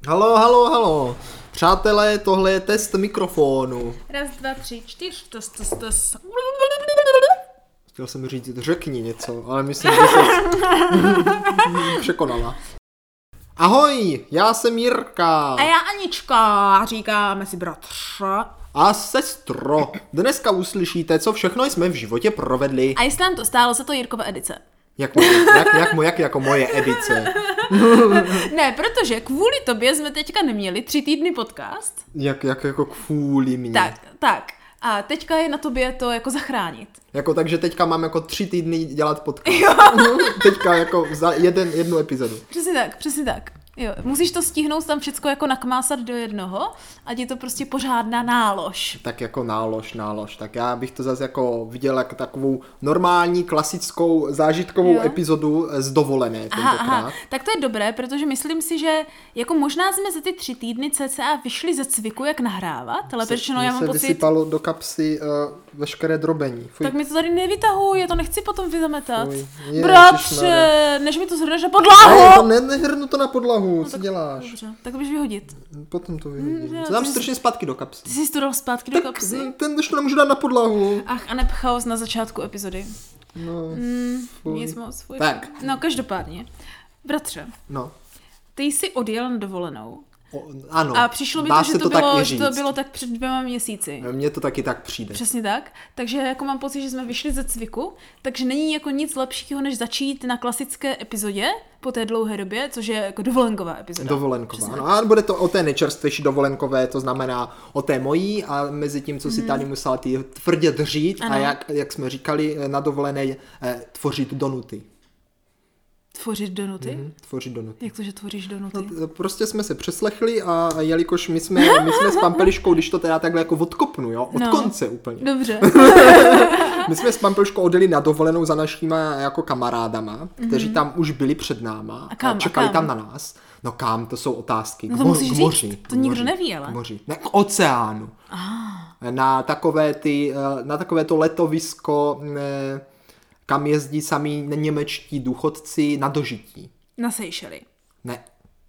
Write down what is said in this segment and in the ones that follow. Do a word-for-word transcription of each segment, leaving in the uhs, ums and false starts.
Halo, halo, halo. Přátelé, tohle je test mikrofonu. Raz, dva, tři, čtyř, tos, tos, tos. Chtěl jsem říct, řekni něco, ale myslím, že jsi překonala. Ahoj, já jsem Jirka. A já Anička, říkáme si bratře. A sestro, dneska uslyšíte, co všechno jsme v životě provedli. A jestli nám to stálo za to Jirkova edice. Jak, jak, jak, jak jako moje edice. Ne, protože kvůli tobě jsme teďka neměli tři týdny podcast. Jak, jak jako kvůli mě. Tak, tak. A teďka je na tobě to jako zachránit. Jako takže teďka mám jako tři týdny dělat podcast. Teďka jako za jeden, jednu epizodu. Přesně tak, přesně tak. Jo, musíš to stihnout tam všecko jako nakmásat do jednoho, ať je to prostě pořádná nálož. Tak jako nálož, nálož. Tak já bych to zase jako viděl jako takovou normální, klasickou, zážitkovou jo. epizodu z dovolené tentokrát. Aha, aha. Tak to je dobré, protože myslím si, že jako možná jsme za ty tři týdny cca vyšli ze cviku, jak nahrávat, ale řečeno já mám se pocit... vysypalo do kapsy uh, veškeré drobení. Fuj. Tak mi to tady nevytahuj, já to nechci potom vyzametat. Je, Bratře, než mi to zhrneš na podlahu. Ne, to ne, nehrnu to na podlahu, no, co tak, děláš? Dobře, tak to budeš vyhodit. Potom to vyhodím. Hmm, Co dám strašně zpátky do kapsy. Ty jsi to dal zpátky tak do kapsy? Ten už to nemůžu dát na podlahu. Ach, a neb chaos na začátku epizody. No, mm, nic moc. Fuj. Tak. No, každopádně. Bratře, no. ty jsi odjel na dovolenou. O, ano, a přišlo mi to, že to, to, bylo, že to bylo tak před dvěma měsíci. Mně to taky tak přijde. Přesně tak. Takže jako mám pocit, že jsme vyšli ze cviku, takže není jako nic lepšího, než začít na klasické epizodě po té dlouhé době, což je jako dovolenková epizoda. Dovolenková, no a bude to o té nejčerstvější dovolenkové, to znamená o té mojí a mezi tím, co si tady musela ty tvrdě dřít ano. a jak, jak jsme říkali na dovolené, eh, tvořit donuty. Tvořit donuty? Mm-hmm, tvořit donuty. Jak to, že tvoříš donuty? No, prostě jsme se přeslechli a jelikož my jsme, my jsme s Pampeliškou, když to teda takhle jako odkopnu, jo, od no, konce úplně. Dobře. My jsme s Pampeliškou odjeli na dovolenou za našima jako kamarádama, kteří mm-hmm. tam už byli před náma a, kam, a čekali a kam? tam na nás. No kam, to jsou otázky. No to k, mo- musíš k moři. Říct. To nikdo neví, ale. K moři. Ne, k oceánu. Ah. Na takové ty, na takové to letovisko, ne, kam jezdí sami němečtí důchodci na dožití. Na Seychely. Ne.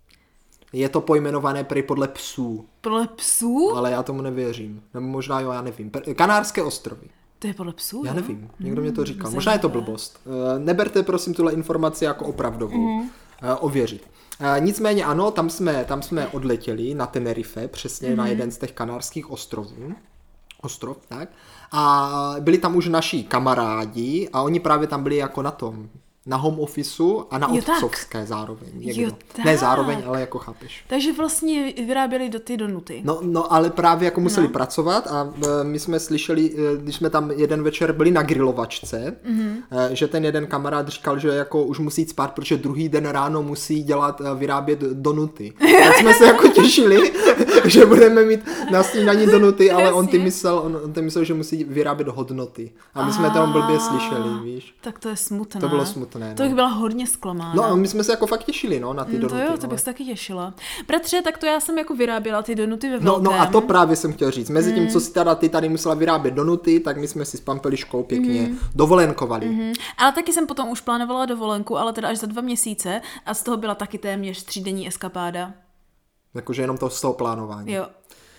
Je to pojmenované prý podle psů. Podle psů? Ale já tomu nevěřím. Nebo možná jo, já nevím. Kanárské ostrovy. To je podle psů? Já nevím. No? Někdo mě to říkal. Možná je to blbost. Neberte prosím tuhle informaci jako opravdovou. Mm. Ověřit. Nicméně ano, tam jsme, tam jsme odletěli na Tenerife, přesně mm. na jeden z těch kanárských ostrovů. Ostrov, tak. A byli tam už naši kamarádi a oni právě tam byli jako na tom, na home officeu a na otcovské zároveň. Jo, ne zároveň, ale jako chápeš. Takže vlastně vyráběli do ty donuty. No, no ale právě jako museli no. pracovat a my jsme slyšeli, když jsme tam jeden večer byli na grilovačce, mm-hmm. že ten jeden kamarád říkal, že jako už musí jít spát, protože druhý den ráno musí dělat, vyrábět donuty. Tak jsme se jako těšili, že budeme mít na snídaní donuty, ale on ty myslel, on, on ty myslel, že musí vyrábět hodnoty. A my jsme tam blbě slyšeli, víš. Tak to je smutné. To bylo smutné. Ne, to bych byla hodně zklamána. No a my jsme se jako fakt těšili, no, na ty mm, donuty. To jo, to bych ale... se taky těšila. Bratře, tak to já jsem jako vyráběla ty donuty ve velkém. No, no a to právě jsem chtěl říct. Mezi tím, mm. co si teda ty tady musela vyrábět donuty, tak my jsme si s Pampeliškou pěkně mm. dovolenkovali. Mm-hmm. Ale taky jsem potom už plánovala dovolenku, ale teda až za dva měsíce a z toho byla taky téměř třídenní eskapáda. Jakože jenom to z toho plánování. Jo.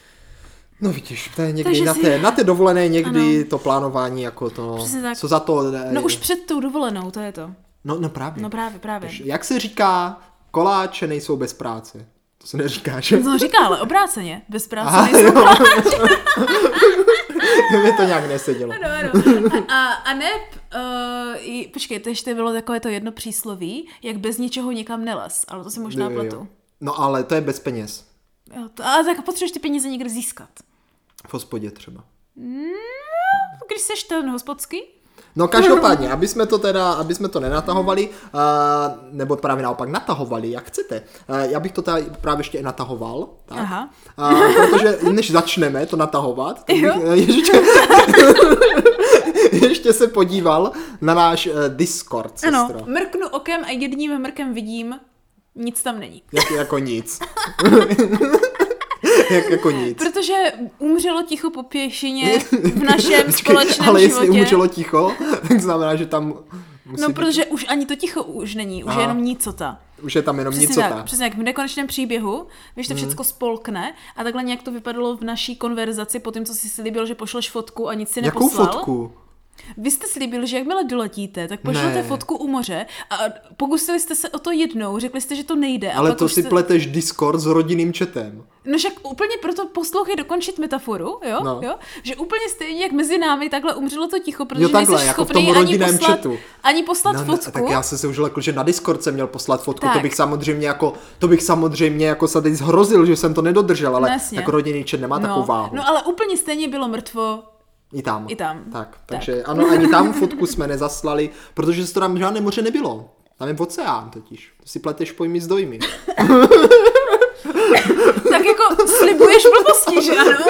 No vidíš, to je někdy na, si... té, na té dovolené někdy ano. to plánování jako to, co za to... No už před tou dovolenou, to je to. No, no právě. No právě, právě. Jak se říká, koláče nejsou bez práce. To se neříká, že? To říká, ale obráceně. Bez práce Aha, nejsou koláče. Mě to nějak nesedělo. Ano, ano. A, a ne, uh, počkej, to ještě bylo takové to jedno přísloví, jak bez ničeho nikam nelez, ale to si možná jo, platu. Jo. No ale to je bez peněz. Jo, to, ale tak potřebuješ ty peníze někde získat. V hospodě třeba. Mm, když seš ten hospodský? No každopádně, aby jsme to teda, aby jsme to nenatahovali, uh, nebo právě naopak natahovali, jak chcete. Uh, já bych to tady právě ještě natahoval, tak? Aha. Uh, protože než začneme to natahovat, tak bych, uh, ještě, ještě se podíval na náš uh, Discord, sestro. Ano, mrknu okem a jedním mrkem vidím, nic tam není. Jak, jako nic. Jak jako nic. Protože umřelo ticho po pěšině v našem společném ale životě. Ale jestli umřelo ticho, tak znamená, že tam Musí no, být... protože už ani to ticho už není, už Aha. je jenom nicota. Už je tam jenom Přesně nicota. tak, přesně jak v nekonečném příběhu, když to všecko spolkne a takhle nějak to vypadalo v naší konverzaci po tím, co jsi slíbil, že pošleš fotku a nic si Jakou neposlal. fotku? Vy jste slíbil, že jakmile doletíte, tak pošlete Ne. fotku u moře a pokusili jste se o to jednou, řekli jste, že to nejde. Ale a pak to už si jste... pleteš Discord s rodinným chatem. No však úplně proto poslouchej dokončit metaforu, jo? No. jo? Že úplně stejně jak mezi námi takhle umřelo to ticho, protože Jo, takhle, nejsi jako v schopný tom ani rodinném poslat, chatu. ani poslat No, fotku. tak já jsem si už lekl, že na Discord jsem měl poslat fotku, Tak. to bych samozřejmě jako, to bych samozřejmě jako se teď zhrozil, že jsem to nedodržel, ale No, jasně. tak rodinný chat nemá takovou no. váhu. no ale úplně stejně bylo mrtvo. I tam. I tam. Tak, takže ano, ani tam fotku jsme nezaslali, protože se to tam žádné moře nebylo. Tam je oceán totiž. To si pleteš pojmy s dojmy. Tak jako slibuješ blbosti, že ano?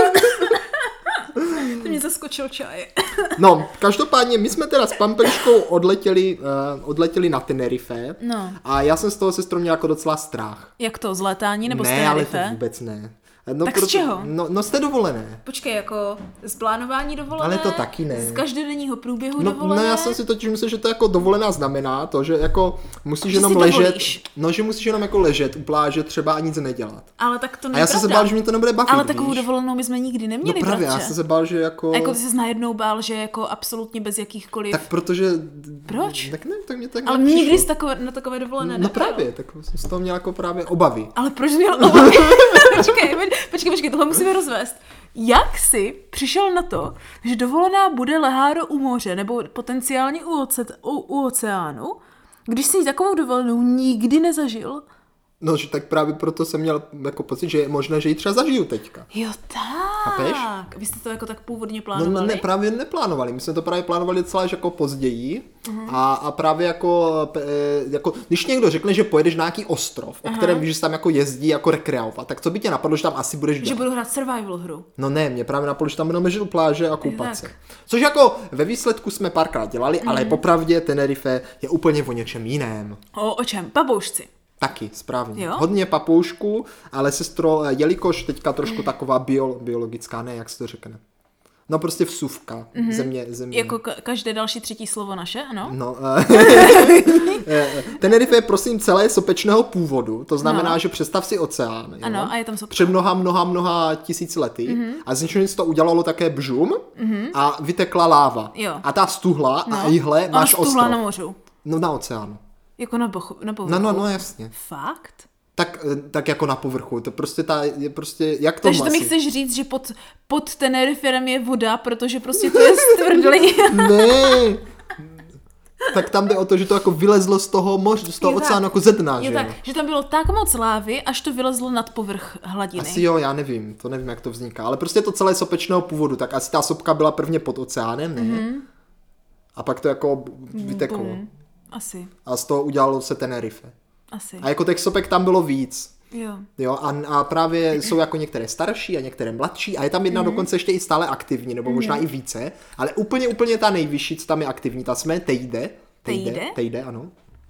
To mě zaskočil čaj. No, každopádně my jsme teda s Pampeliškou odletěli, uh, odletěli na Tenerife No. a já jsem z toho sestrou měl jako docela strach. Jak to, z létání nebo z Ne, ale Tenerife? to vůbec ne. No, Tak z čeho? No, no jste dovolené. Počkej, jako z plánování dovolené? Ale to taky ne. Z každodenního průběhu No, dovolené? no já jsem si totiž myslel, že to jako dovolená znamená to, že jako musíš Že jenom si ležet. dovolíš. No, že musíš jenom jako ležet u pláže třeba a nic nedělat. Ale tak to A není já jsem se pravda. bál, že mě to nebude bavit. Ale takovou víš? dovolenou my jsme nikdy No neměli, právě, já bratře. jsem se bál, že jako... Jako ty jsi najednou bál, že jako absolutně bez jakýchkých... Tak protože... Proč? Tak ne, tak mě tak Ale nepřišlo. nikdy jsi takové, na takové dovolené No nepojel. právě, tak jsem z toho měl jako právě obavy. Ale proč jsi měl obavy? počkej, počkej, počkej, tohle musíme rozvést. Jak jsi přišel na to, že dovolená bude leháro u moře nebo potenciálně u, oce, u, u oceánu, když jsi takovou dovolenou nikdy nezažil? No, že tak právě proto jsem měl jako pocit, že je možné, že ji třeba zažiju teďka. Jo, tak. Chápeš? Vy jste to jako tak původně No, plánovali? no ne, právě neplánovali. My jsme to právě plánovali docela až jako později. Uh-huh. A, a právě jako, e, jako, když někdo řekne, že pojedeš na nějaký ostrov, o Aha. kterém víš, že se tam jako jezdí jako rekreovat, tak co by tě napadlo, že tam asi budeš Že dělat? budu hrát survival hru. No ne, mě právě napadlo, že tam jenom ležet u pláže a koupat Tak. se. Což jako ve výsledku jsme párkrát dělali, mm. ale popravdě Tenerife je úplně o něčem jiném. O, o čem? Papoušci. Taky, správně. Jo? Hodně papoušků, ale sestro, jelikož teďka trošku taková bio, biologická, ne, jak se to řekne. No prostě vsuvka, mm-hmm. země, země. Jako ka- každé další třetí slovo naše, ano? No, eh, Tenerife je prosím celé sopečného původu, to znamená, No. že představ si oceán. Jo? Ano, a je tam sopka. Před mnoha, mnoha, mnoha tisíc lety mm-hmm. a z ničeho nic to udělalo také bžum mm-hmm. a vytekla láva. Jo. A ta stuhla No. a jíhle Ona máš stuhla ostrov. na mořu. No na oceánu. Jako na, bochu, na No, povrchu. no, no, jasně. Fakt? Tak, eh, tak jako na povrchu, to prostě ta, je prostě, jak to Takže to mi chceš říct, že pod, pod Tenerifem je voda, protože prostě to je stvrdlý. Ne, tak tam jde o to, že to jako vylezlo z toho moře, z toho Jo, tak. oceánu jako ze dna, Jo že tak, že tam bylo tak moc lávy, až to vylezlo nad povrch hladiny. Asi jo, já nevím, to nevím, jak to vzniká, ale prostě to celé sopečného původu, tak asi ta sopka byla prvně pod oceánem, ne? Mm-hmm. A pak to jako vyteklo. Bum. Asi, A z toho udělalo se Tenerife. asi. A jako těch sopek tam bylo víc. Jo. Jo, a, a právě jsou jako některé starší a některé mladší a je tam jedna mm. dokonce ještě i stále aktivní, nebo možná mm. i více, ale úplně, úplně ta nejvyšší, co tam je aktivní, ta jsme Teide. Teide? Teide, ano.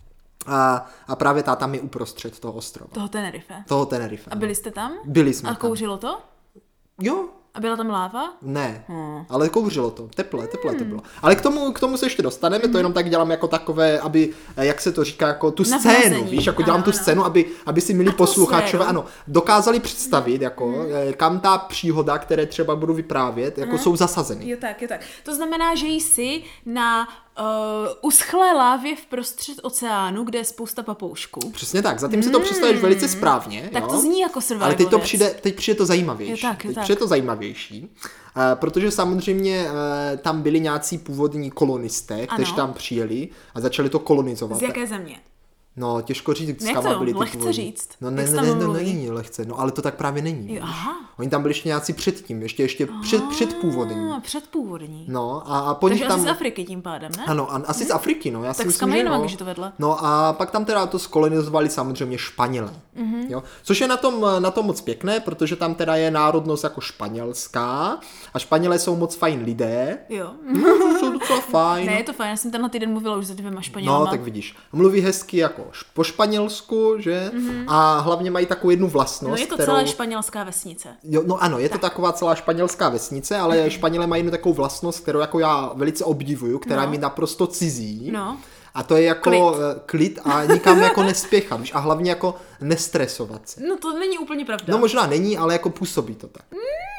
A, a právě ta tam je uprostřed toho ostrova. Toho Tenerife. Toho Tenerife. A byli jste tam? Byli jsme A tam. kouřilo to? Jo, A byla tam láva? ne, Hmm. ale kouřilo to, teple, teple to bylo. Ale k tomu, k tomu se ještě dostaneme, to jenom tak dělám jako takové, aby, jak se to říká, jako tu scénu, Navázení. víš, jako Ano, dělám tu ano. scénu, aby, aby si milí Atmosféru. posluchačové, ano, dokázali představit, jako, kam ta příhoda, které třeba budu vyprávět, jako jsou zasazeny. Jo tak, jo tak. To znamená, že jsi na uh, uschlé lávě v prostřed oceánu, kde je spousta papoušků. Přesně tak, zatím si to představíš velice správně. Tak jo? to zní jako survival Ale teď to věc. přijde, teď přijde to zajímavější. Jo tak, jo teď tak. přijde to zajímavější, uh, protože samozřejmě uh, tam byli nějací původní kolonisté, kteří Ano. tam přijeli a začali to kolonizovat. Z jaké země? No, těžko říct, Jak kam to? byli ty Lehce původní. říct. No Jak ne, se ne, tam ne, ne, mluví? není lehce, no ale to tak právě není. Jo, aha. Oni tam byli ještě nějací předtím, ještě, ještě před, předpůvodní. Ah, předpůvodní. No a, a po nich Takže tam... asi z Afriky tím pádem, ne? Ano, a, asi z Afriky, no. Já si Tak s myslím, že Kamenama, no. když to vedle. No a pak tam teda to skolonizovali samozřejmě Španělé. Mm-hmm. Jo? Což je na tom, na tom moc pěkné, protože tam teda je národnost jako španělská a Španělé jsou moc fajn lidé. Jo. Jsou docela fajn. Ne, je to fajn, já jsem tenhle týden mluvila už se dvěma Španělama. No, tak vidíš. Mluví hezky jako š- po španělsku, že? Mm-hmm. A hlavně mají takovou jednu vlastnost, No je to kterou... celá španělská vesnice. Jo, no ano, je to taková celá španělská vesnice, ale Španělé mají jednu takovou vlastnost, kterou jako já velice obdivuju, která No. je mi naprosto cizí. No. A to je jako klid, klid a nikam jako nespěchat, víš? A hlavně jako nestresovat se. No to není úplně pravda. No možná není, ale jako působí to tak.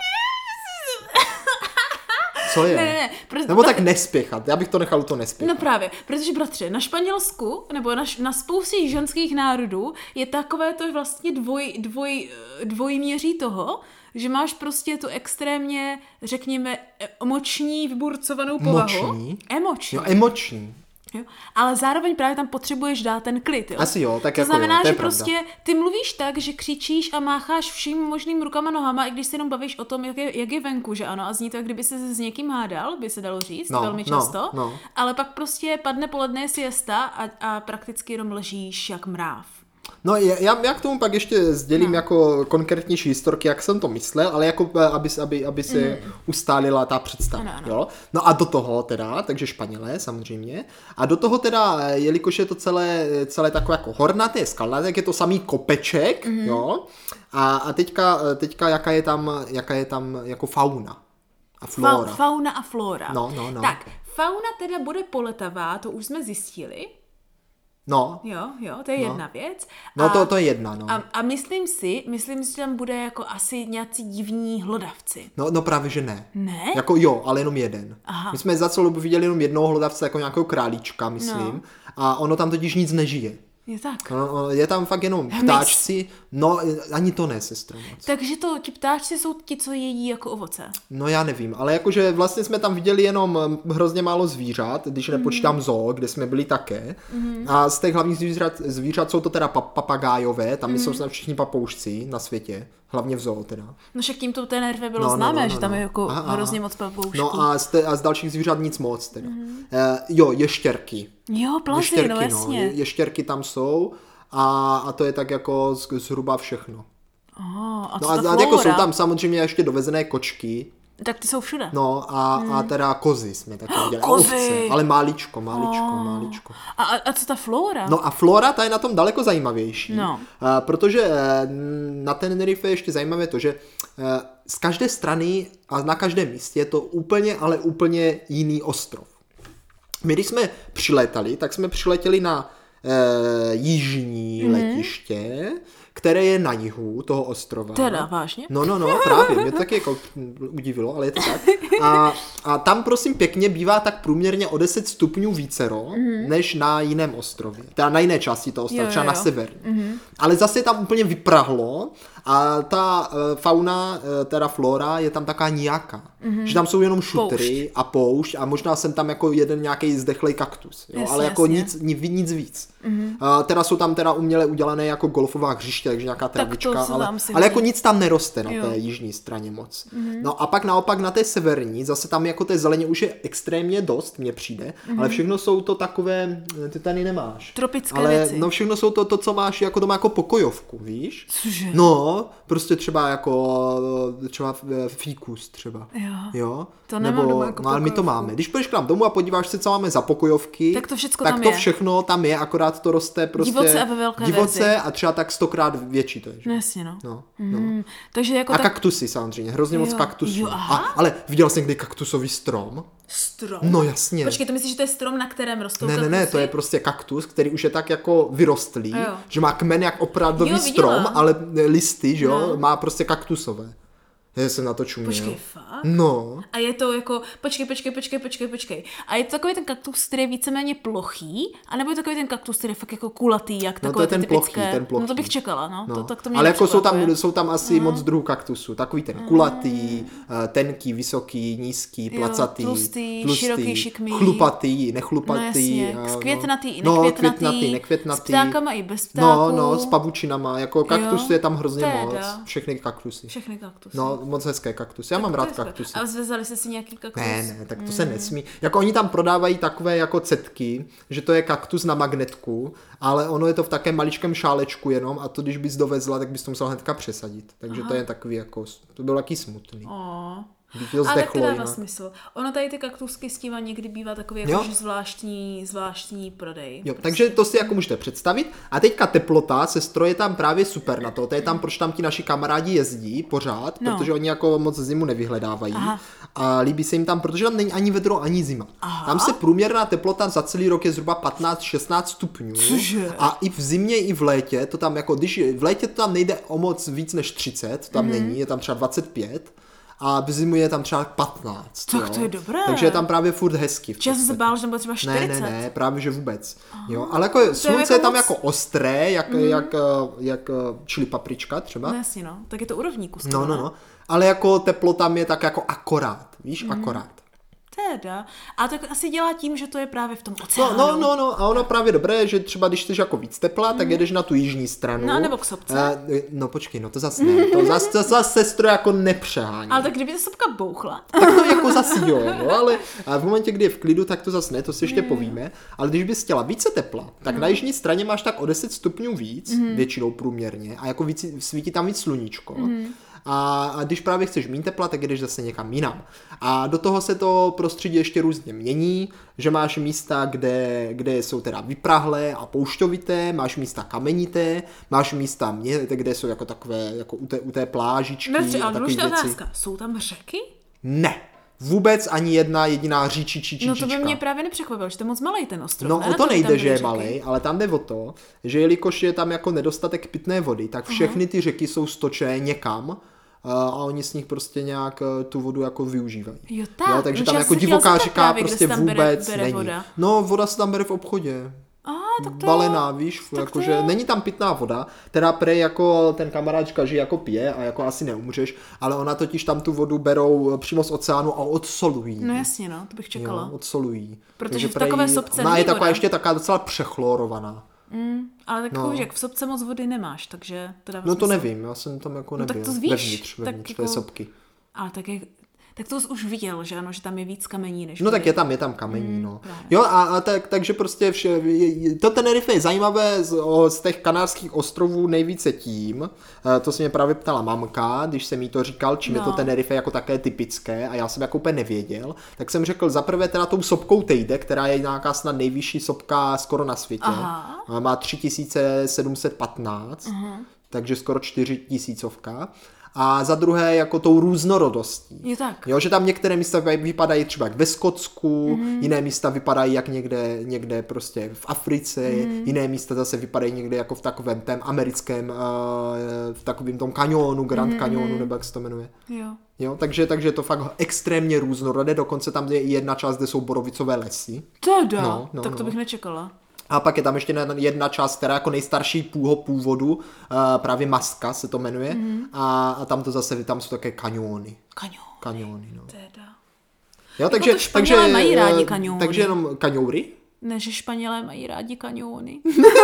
Co je? Ne, ne, ne. Proto, Nebo tak nespěchat, já bych to nechal to nespěchat. No právě, protože bratře, na Španělsku, nebo na, na spoustě ženských národů je takové to vlastně dvoj, dvoj, dvojměří toho, že máš prostě tu extrémně, řekněme, emoční, vyburcovanou povahu. Moční? Emoční. Jo, emoční. Jo? Ale zároveň právě tam potřebuješ dát ten klid. Jo? Asi jo, tak to jako znamená, jo, to je že pravda. prostě ty mluvíš tak, že křičíš a mácháš vším možným rukama, nohama, i když se jenom bavíš o tom, jak je, jak je venku, že ano, a zní to, jak kdyby se s někým hádal, by se dalo říct, no, velmi často, no, no. ale pak prostě padne poledne siesta a, a prakticky jenom ležíš jak mráv. No já, já k tomu pak ještě sdělím no. jako konkrétnější historky, jak jsem to myslel, ale jako aby, aby, aby se mm. ustálila ta představa. Ano, ano. Jo? No a do toho teda, takže Španělé samozřejmě, a do toho teda, jelikož je to celé, celé takové jako hornaté, skalnaté, tak je to samý kopeček, mm. jo, a, a teďka, teďka jaká je tam, jaká je tam jako fauna a flora. Fa, fauna a flora. No, no, no. Tak, fauna teda bude poletavá, to už jsme zjistili. No. Jo, jo, to je no. jedna věc. No a, to, to je jedna, no. A, a myslím si, myslím si, že tam bude jako asi nějací divní hlodavci. No, no právě, že ne. Ne? Jako jo, ale jenom jeden. Aha. My jsme za celou dobu viděli jenom jednoho hlodavce, jako nějakého králíčka, myslím. No. A ono tam totiž nic nežije. Je tak. No, je tam fakt jenom ptáčci, no ani to ne, sestro. Moc. Takže to, ti ptáčci jsou ti, co jedí jako ovoce. No já nevím, ale jakože vlastně jsme tam viděli jenom hrozně málo zvířat, když mm. nepočítám zoo, kde jsme byli také. Mm. A z těch hlavních zvířat, zvířat jsou to teda pa- papagájové, tam mm. jsou snad všichni papoušci na světě. Hlavně v zoo teda. No však tímto té nervy bylo no, známé, no, no, no, že tam no. je jako aha, hrozně aha. moc papoušků. No a z, te, a z dalších zvířat nic moc teda. Mm. Uh, jo, ještěrky. Jo, plazy, ještěrky, no jasně. No, je, ještěrky tam jsou a, a to je tak jako zhruba všechno. Oh, a co no a, ta a jako jsou tam samozřejmě ještě dovezené kočky. Tak ty jsou všude. No a, hmm. a teda kozy jsme taky viděli. Kozy! Ovce, ale máličko, máličko, oh. máličko. A, a, a co ta flora? No a flora, ta je na tom daleko zajímavější. No. Uh, protože uh, na Tenerife je ještě zajímavé to, že uh, z každé strany a na každém místě je to úplně, ale úplně jiný ostrov. My když jsme přilétali, tak jsme přiletěli na uh, jižní mm-hmm. letiště, které je na jihu toho ostrova. Teda, vážně? No, no, no, právě, mě to taky jako udivilo, ale je to tak. A, a tam prosím pěkně bývá tak průměrně o deset stupňů vícero, mm-hmm. než na jiném ostrově. Teda na jiné části toho ostrova, třeba na severní. Mm-hmm. Ale zase tam úplně vyprahlo a ta uh, fauna, uh, teda flora, je tam taká nijaká. Mm-hmm. Že tam jsou jenom šutry poušť. a poušť a možná jsem tam jako jeden nějaký zdechlej kaktus. Jo? Jasně, ale jako jasně. nic, nic víc. Mm-hmm. Uh, teda jsou tam teda uměle udělané jako golfová hřiště, takže nějaká travička, ale, ale jako nic tam neroste na jo. té jižní straně moc. Mm-hmm. No a pak naopak na té severní, zase tam jako té zeleně už je extrémně dost, mně přijde, mm-hmm. ale všechno jsou to takové, ty tady nemáš. Tropické ale, věci. No všechno jsou to, to, co máš jako doma jako pokojovku, víš? Cože? No, prostě třeba jako třeba fíkus třeba. Jo. jo? To nemám doma jako no, ale my to máme. Když půjdeš k nám domů a podíváš se, co máme za pokojovky, tak to všechno tak tam to je. všechno tam je, akorát to roste prostě divoce a ve velké divoce verzi. a třeba tak stokrát větší to je. Že? No jasně, no. no, mm. no. Takže jako a tak... kaktusy samozřejmě, hrozně jo. moc kaktusů. Jo, a, ale viděl jsi někdy kaktusový strom? Strom? No jasně. Počkej, to myslíš, že to je strom, na kterém rostou ne, kaktusy? Ne, ne, to je prostě kaktus, který už je tak jako vyrostlý, že má kmen jak opravdový jo, strom, ale listy, že jo, no. má prostě kaktusové. Já jsem na to čuměl. Počkej, fakt? No. A je to jako, počkej, počkej, počkej, počkej, počkej. A je to takový ten kaktus, který je víceméně plochý, anebo je to takový ten kaktus, který je fakt jako kulatý, jak no, takové to je ten typické... plochý, ten plochý. No to bych čekala, no. no. To, tak to mě ale jako jsou tam, nepřekvapuje. jsou tam asi mm. moc druhů kaktusů. Takový ten kulatý, mm. tenký, vysoký, nízký, placatý, jo, tlustý, tlustý, široký, šikmý. Chlupatý, nechlupatý. No jasně, skvětnatý, no, nekvětnatý, květnatý, nekvětnatý. S ptákama i bez ptáků. No, no, s pavučinama. Jako kaktus je tam hrozně teda. moc. Všechny kaktusy. Všechny kaktusy. No, moc hezké kaktusy. Já mám rád kaktusy. A zvezali jste si nějaký kaktus? Ne, ne, tak to mm. se nesmí. Jako oni tam prodávají takové jako cetky, že to je kaktus na magnetku, ale ono je to v takém maličkém šálečku jenom a to když bys dovezla, tak bys to musela hnedka přesadit. Takže Aha. to je takový jako, to bylo taky smutný. Oh. by to ale tak to dává jinak. smysl. Ono tady ty kaktusky s tím někdy bývá takový jako zvláštní, zvláštní prodej. Jo, prostě. Takže to si jako můžete představit. A teďka teplota, sestro, je tam právě super na to. To je tam, proč tam ti naši kamarádi jezdí pořád, no. protože oni jako moc zimu nevyhledávají. Aha. A líbí se jim tam, protože tam není ani vedro, ani zima. Aha. Tam se průměrná teplota za celý rok je zhruba patnáct šestnáct stupňů. Cože? A i v zimě, i v létě, to tam jako, když v létě to tam nejde o moc víc než třicet, to tam mm-hmm. není, je tam třeba dvacet pět. A v zimu je tam třeba patnáct. Tak jo? to je dobré. Takže je tam právě furt hezky. Já jsem se bál, že tam bylo třeba čtyřicet. Ne, ne, ne, právě že vůbec. Jo? Ale jako to slunce je, jako je tam moc... jako ostré, jak, mm. jak, jak chili paprička třeba. No jasně, no. Tak je to úrovníku. No, no, no. Ale jako teplo tam je tak jako akorát. Víš, mm. akorát. Teda. A tak asi dělá tím, že to je právě v tom oceánu. No, no, no, no. A ono právě dobré, že třeba když chceš jako víc tepla, mm. tak jedeš na tu jižní stranu. No, nebo k sopce. Uh, no počkej, no to zase ne. To zase, to zase sestro jako nepřehání. Ale tak kdyby ta sopka bouchla. Tak to jako zase jo, no, ale v momentě, kdy je v klidu, tak to zase ne, to si ještě mm. povíme. Ale když bys chtěla více tepla, tak mm. na jižní straně máš tak o deset stupňů víc, mm. většinou průměrně, a jako víc, svítí tam víc sluníčko. Mm. A, a když právě chceš mít tepla, tak jdeš zase někam jinam. A do toho se to prostředí ještě různě mění, že máš místa, kde, kde jsou teda vyprahlé a poušťovité, máš místa kamenité, máš místa, kde jsou jako takové, jako u té, u té plážičky. Dobře, ale důležitá otázka, jsou tam řeky? Ne. Vůbec ani jedna jediná říčičí. No to by mě právě nepřekvapilo, že to je moc malej ten ostrov. No ne? o to nejde, že je malej, ale tam jde o to, že jelikož je tam jako nedostatek pitné vody, tak všechny ty řeky jsou stočené někam a oni z nich prostě nějak tu vodu jako využívají. Jo, tak. Jo, takže tam jako divoká řeka právě, prostě vůbec bere, bere není. Voda. No voda se tam bere v obchodě. Ah, tak to balená, víš, tak jakože není tam pitná voda, teda prej jako ten kamaráčka, že jako pije a jako asi neumřeš, ale ona totiž tam tu vodu berou přímo z oceánu a odsolují. No jasně, no, to bych čekala. Jo, odsolují. Protože v takové sopce ona je taková ještě taká docela přechlorovaná. Mm, ale tak no. jak v sopce moc vody nemáš, takže to dává No to smysl. nevím, já jsem tam jako nebyl. No, tak to víš, vevnitř, vevnitř tak té jako... sopky. Ale tak je... Tak to jsi už viděl, že ano, že tam je víc kamení než No vody. tak je tam, je tam kamení, mm, no. Právě. Jo a, a tak, takže prostě vše, je, to Tenerife je zajímavé z, o, z těch kanárských ostrovů nejvíce tím, to se mě právě ptala mamka, když jsem jí to říkal, čím no. je to Tenerife jako také typické a já jsem jako úplně nevěděl, tak jsem řekl zaprvé teda tou sopkou Teide, která je nějaká snad nejvyšší sopka skoro na světě. Aha. Má tři tisíce sedm set patnáct, aha. takže skoro čtyři tisícovka. A za druhé jako tou různorodostí. Je tak. Jo, že tam některé místa vypadají třeba jak ve Skotsku, mm. jiné místa vypadají jak někde, někde prostě v Africe, mm. jiné místa zase vypadají někde jako v takovém tém americkém, uh, v takovém tom kanionu, Grand mm. Canyonu, nebo jak se to jmenuje. Jo. Jo, takže, takže je to fakt extrémně různorodé, dokonce tam je jedna část, kde jsou borovicové lesy. Teda, no, no, tak to no. bych nečekala. A pak je tam ještě jedna část, která jako nejstarší půho původu, uh, právě Maska se to jmenuje, mm. a, a tam to zase, tam jsou také kaniony. Kaniony. Kaniony, no. Teda. Jo, takže, jako to Španělé takže, mají rádi kaniony. Takže jenom kanioury? Ne, že Španělé mají rádi kaniony.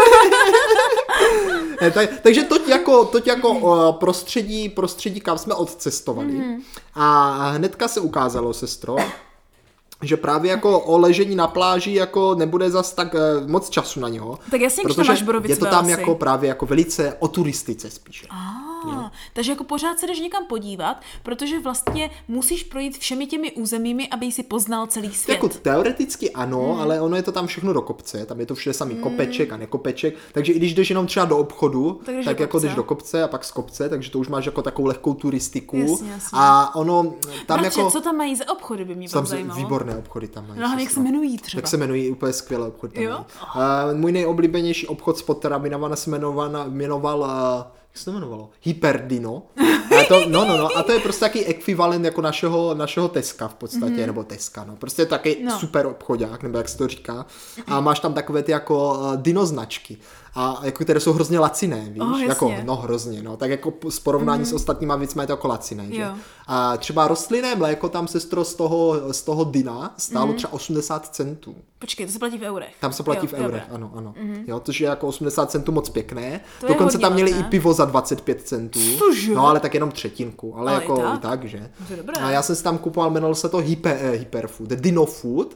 tak, takže toť jako, toť jako uh, prostředí, prostředí, kam jsme odcestovali. Mm. A hnedka se ukázalo, sestro, že právě jako o ležení na pláži jako nebude zas tak uh, moc času na něho. Tak jasně, když to máš borovicové je to tam lesy. Jako právě jako velice o turistice spíše. Ah, takže jako pořád se jdeš někam podívat, protože vlastně musíš projít všemi těmi územími, aby si poznal celý svět. Jako teoreticky ano, hmm. ale ono je to tam všechno do kopce, tam je to všude samý hmm. kopeček a nekopeček, takže i když jdeš jenom třeba do obchodu, tak, tak jako jdeš do kopce a pak z kopce, takže to už máš jako takovou lehkou turistiku. Jasně, jasně. A ono tam Bratře, jako... co tam mají za obchody, by mě tam zajímalo. Výborné obchody tam mají. No a jak se jmenují třeba? Jak se jmenují, úplně skvělé obchody tam jo? mají. Uh, můj nejoblíbenější obchod s potravinama se jmenoval, jmenoval uh, jak se to jmenovalo? Hyperdino. A to, no, no, no. A to je prostě taky ekvivalent jako našeho, našeho Teska v podstatě, mm. nebo Teska, no. Prostě taky no. super obchodák, nebo jak se to říká. A máš tam takové ty jako uh, dino značky. A jako které jsou hrozně laciné, víš? Oh, jako, no hrozně, no. Tak jako s porovnání mm. s ostatníma věcmi je to jako laciné, že? A třeba rostlinné mléko tam, sestro, z toho, z toho dina stálo mm. třeba osmdesát centů. Počkej, to se platí v eurech. Tam se platí jo, v eurech, dobré. ano, ano. Mm. Jo, což je jako osmdesát centů moc pěkné. To Dokonce tam měli ne? i pivo za dvacet pět centů. Cože? No, ale tak jenom třetinku, ale, ale jako i tak, i tak že? To je dobré. A já jsem si tam kupoval, jmenoval se to hyper, eh, Hyperfood, Dino Food,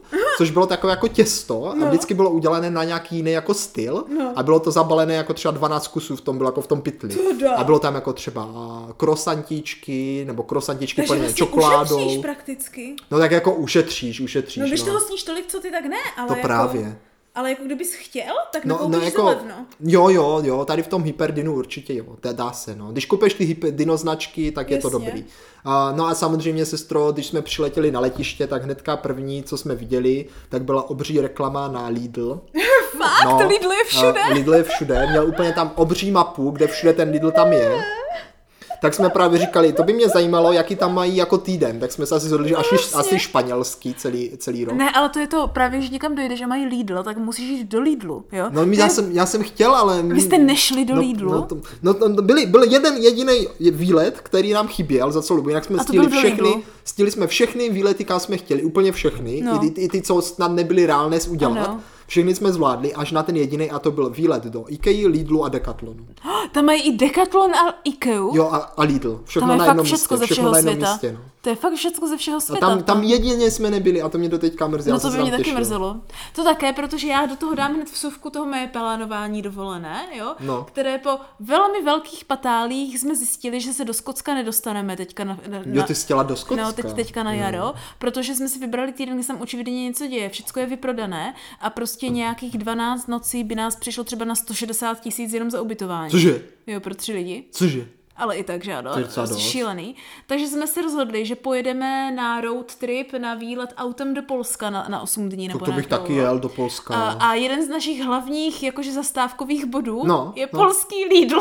což bylo takové jako těsto No. a vždycky bylo udělané na nějaký jiný jako styl No. a bylo to zabalené jako třeba dvanáct kusů v tom, bylo jako v tom pytli. Teda. A bylo tam jako třeba krosantíčky, nebo krosantíčky Takže plně vlastně čokoládou. ušetříš prakticky. No tak jako ušetříš, ušetříš. No když no. toho sníš tolik, co ty, tak ne, ale To jako, právě. Ale jako kdybys chtěl, tak No, nakoupíš no jako... jako, levno. jo, jo, jo, tady v tom Hyperdinu určitě jo, to dá se, no. Když koupíš ty hyper, dino značky, tak je to Jasně. dobrý. Uh, no a samozřejmě, sestro, když jsme přiletěli na letiště, tak hnedka první, co jsme viděli, tak byla obří reklama na Lidl. Fakt? No, Lidl je všude? Uh, Lidl je všude, měl úplně tam obří mapu, kde všude ten Lidl tam je. Tak jsme právě říkali, to by mě zajímalo, jaký tam mají jako týden, tak jsme se asi zhodli, že asi, Vlastně. asi španělský celý, celý rok. Ne, ale to je to právě, že někam dojdeš a mají Lidl, tak musíš jít do Lidlu, jo? No, my, To já, je- jsem, já jsem chtěl, ale... Vy jste nešli do no, Lidlu? No, to, no, no byli, byl jeden jediný výlet, který nám chyběl za celou dobu, jinak jsme A to stihli byl do všechny, Lidlu? stihli jsme všechny výlety, kam jsme chtěli, úplně všechny, No. i, i, i ty, co snad nebyly reálné udělat. Ano. Všechny jsme zvládli, až na ten jediný, a to byl výlet do Ikei, Lidlu a Decathlonu. Tam mají i Decathlon a Ikea. Jo, a, a Lidl. Všechno Tam je na fakt jednom všecko místě. ze Všechno všeho na jednom světa. místě, no. To je fakt všecko ze všeho A světa. tam, tam jedině jsme nebyli a to mě do teďka mrzí. No já to jsem by se mě tam taky těšil. mrzelo. To také, protože já do toho dám hned vsuvku toho moje plánování dovolené, jo? No. Které po velmi velkých patálích jsme zjistili, že se do Skotska nedostaneme teďka na... na Jo, ty jsi chtěla do Skotska. No, teď, teďka na jaro, mm. protože jsme si vybrali týden, kdy se tam očividně něco děje, všecko je vyprodané a prostě nějakých dvanáct nocí by nás přišlo třeba na sto šedesát tisíc jenom za ubytování. Cože? Jo, pro tři lidi. Cože? Ale i tak žádal, To je docela prostě dost. šílený. Takže jsme se rozhodli, že pojedeme na road trip, na výlet autem do Polska na, na osm dní nebo To, to na bych dlouho. taky jel do Polska. A, a jeden z našich hlavních jakože zastávkových bodů No, je no. polský Lidl,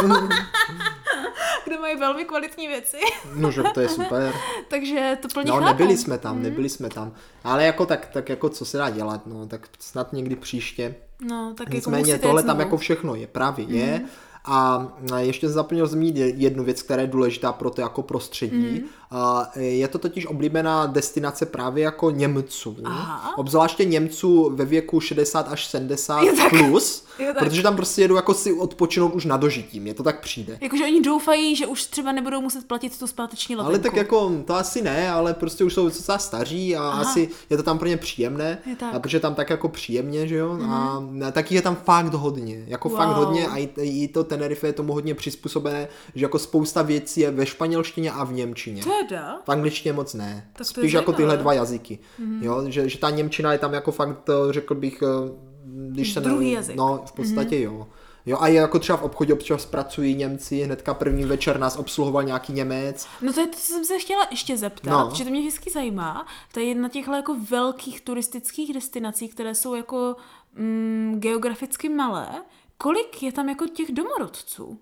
kde mají velmi kvalitní věci. No, že to je super. Takže to plně No, chápu. nebyli jsme tam, nebyli jsme tam. Ale jako tak, tak jako co se dá dělat, no, tak snad někdy příště. No, tak jako Nicméně musíte tohle jet tam znovu. jako všechno je, právě je. A ještě jsem zapomněl zmínit jednu věc, která je důležitá pro to jako prostředí. A je to totiž oblíbená destinace právě jako Němců. Aha. Obzvláště Němců ve věku šedesát až sedmdesát Jo, tak. plus, Jo, tak. protože tam prostě jedou jako si odpočinout už na dožití, mně to tak přijde. Jakože oni doufají, že už třeba nebudou muset platit tu zpáteční letenku. Ale tak jako, to asi ne, ale prostě už jsou docela staří a Aha. asi je to tam pro ně příjemné, Je tak. a protože tam tak jako příjemně, že jo, a taky je tam fakt hodně, jako Wow. fakt hodně a i, i to Tenerife je tomu hodně přizpůsobené, že jako spousta věcí je ve španělštině a v němčině. Teda? V angličtině moc ne. Tak to je Spíš jako tyhle zajímavé. dva jazyky. Jo, že, že ta němčina je tam jako fakt, řekl bych, když se Druhý ne, jazyk. No, v podstatě jo. Jo, a je jako třeba v obchodě občas pracují Němci, hnedka první večer nás obsluhoval nějaký Němec. No to je to, co jsem se chtěla ještě zeptat, No. že to mě vždycky zajímá. To je jedna těchto jako velkých turistických destinací, které jsou jako mm, geograficky malé. Kolik je tam jako těch domorodců?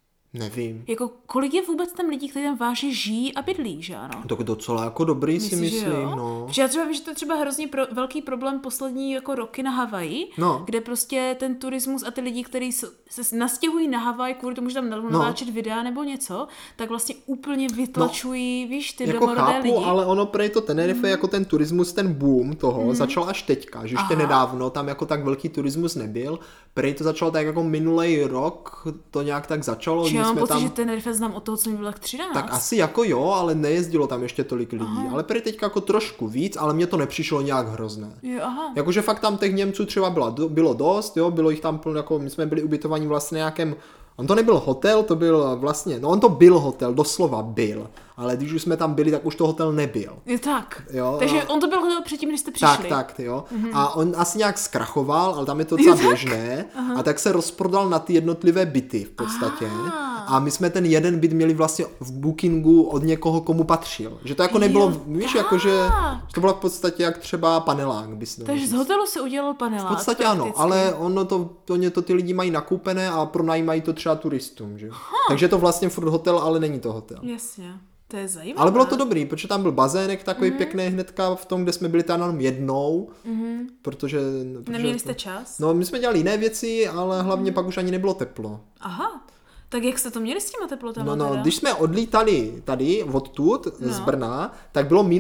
Nevím. Jako kolik je vůbec tam lidí, kteří tam vážně žijí a bydlí, že ano? Tak docela jako dobrý si Myslíš, že myslím, jo? no. Protože já třeba vím, že to je třeba hrozně pro, velký problém poslední jako roky na Havaji, No. kde prostě ten turismus a ty lidi, kteří se nastěhují na Havaj kvůli tomu, že tam No. natáčet videa nebo něco, tak vlastně úplně vytlačují, no, víš, ty Jako domorodé chápu, lidi. ale ono prej to Tenerife, mm. jako ten turismus, ten boom toho, mm. začal až teďka, že ještě Aha. nedávno tam jako tak velký turismus nebyl. Prej to začalo tak jako minulej rok, to nějak tak začalo. Že my já mám jsme pocit, tam... že Tenerife znám od toho, co mi bylo tak třináct. Tak asi jako jo, ale nejezdilo tam ještě tolik lidí. Aha. Ale prej teďka jako trošku víc, ale mně to nepřišlo nějak hrozné. Jo, aha. Jakože fakt tam těch Němců třeba byla, bylo dost, jo, bylo jich tam plno, jako my jsme byli ubytovaní vlastně na nějakém, on to nebyl hotel, to byl vlastně, no on to byl hotel, doslova byl, ale když už jsme tam byli, tak už to hotel nebyl. Je tak. Jo, Takže a- on to byl hotel předtím, než jste přišli. Tak, tak, jo. Mm-hmm. A on asi nějak zkrachoval, ale tam je to docela Jo, tak? běžné. A tak se rozprodal na ty jednotlivé byty v podstatě. Aha. A my jsme ten jeden byt měli vlastně v bookingu od někoho, komu patřil. Že to jako nebylo, Jo, víš, tak. jakože to bylo v podstatě jak třeba panelák, bys to Takže z hotelu se udělal panelák. v podstatě ano, ale ono to, to, to ty lidi mají nakoupené a pronajímají to třeba turistům, že? Takže je to vlastně furt hotel, ale není to hotel. Jasně. To je zajímavé. Ale bylo to dobrý, protože tam byl bazének takový mm-hmm. pěkný hnedka v tom, kde jsme byli tam jenom jednou, mm-hmm. protože... protože Neměli jste čas? No, my jsme dělali jiné věci, ale hlavně mm-hmm. pak už ani nebylo teplo. Aha. Tak jak jste to měli s těma teplotama No, no, teda? když jsme odlítali tady odtud No. z Brna, tak bylo minus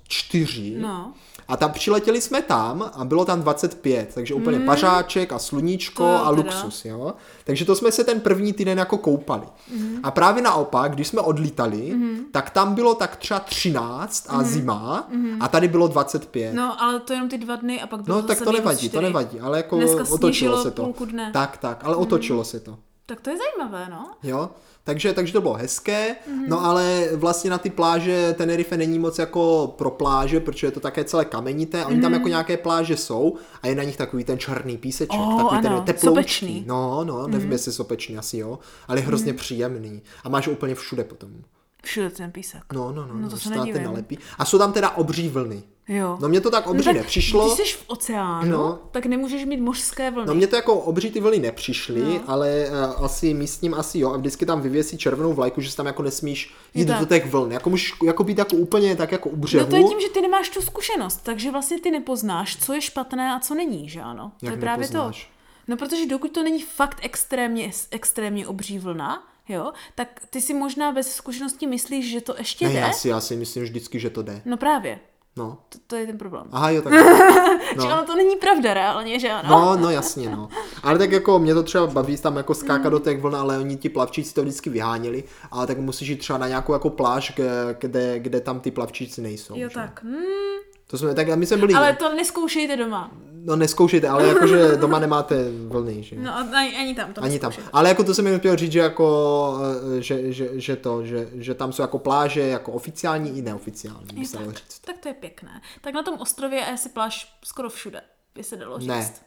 čtyři. No. A tam přiletěli jsme tam a bylo tam dvacet pět, takže úplně mm. pařáček a sluníčko to a teda. luxus, jo. Takže to jsme se ten první týden jako koupali. Mm. A právě naopak, když jsme odlítali, mm. tak tam bylo tak třeba třináct a mm. zima mm. a tady bylo dvacet pět. No, ale to jenom ty dva dny a pak bylo No, tak to nevadí, čtyři. to nevadí, ale jako Dneska otočilo se to. půlku dne. Tak, tak, ale otočilo mm. se to. Tak to je zajímavé, no. Jo, takže, takže to bylo hezké, mm-hmm. no ale vlastně na ty pláže Tenerife není moc jako pro pláže, protože je to také celé kamenité a oni mm-hmm. tam jako nějaké pláže jsou a je na nich takový ten černý píseček, oh, takový ano. ten teploučký. Sopečný. No, no, nevím, mm-hmm. jestli sopečný, asi jo, ale je hrozně mm-hmm. příjemný a máš ho úplně všude potom. Všude ten písek. No, no, no, no to se nedivím. Nalepí. A jsou tam teda obří vlny. Jo. No mě to tak obří no, tak nepřišlo. Když jsi v oceánu, no. tak nemůžeš mít mořské vlny. No mně to jako obří ty vlny nepřišly, no. ale uh, asi místním asi jo. A vždycky tam vyvěsí červenou vlajku, že tam jako nesmíš jít do těch vln. Jako můžeš jako být jako úplně tak jako u břehu. No to je tím, že ty nemáš tu zkušenost, takže vlastně ty nepoznáš, co je špatné a co není, že ano? To Jak je právě nepoznáš? to. No protože dokud to není fakt extrémně, extrémně obří vlna, jo, tak ty si možná bez zkušenosti myslíš, že to ještě ne, jde. Já si, já si myslím vždycky, že to jde. No právě. No. To, to je ten problém. Aha, jo, tak. No. Že ono to není pravda reálně, že ano? No, no jasně, no. Ale tak jako mě to třeba baví tam jako skákat mm. do těch vln, ale oni ti plavčíci to vždycky vyháněli, ale tak musíš jít třeba na nějakou jako pláž, kde, kde tam ty plavčíci nejsou. Jo, že? tak. Hmm. To jsme, tak my jsme byli... Ale to neskoušejte doma. No neskoušejte, ale jakože doma nemáte vlny, že? No ani, ani tam to Ani tam. Ale jako to jsem jen chtěl říct, že jako, že, že, že to, že, že tam jsou jako pláže, jako oficiální i neoficiální, by se dalo říct. Tak to je pěkné. Tak na tom ostrově je asi pláž skoro všude, by se dalo říct. Ne.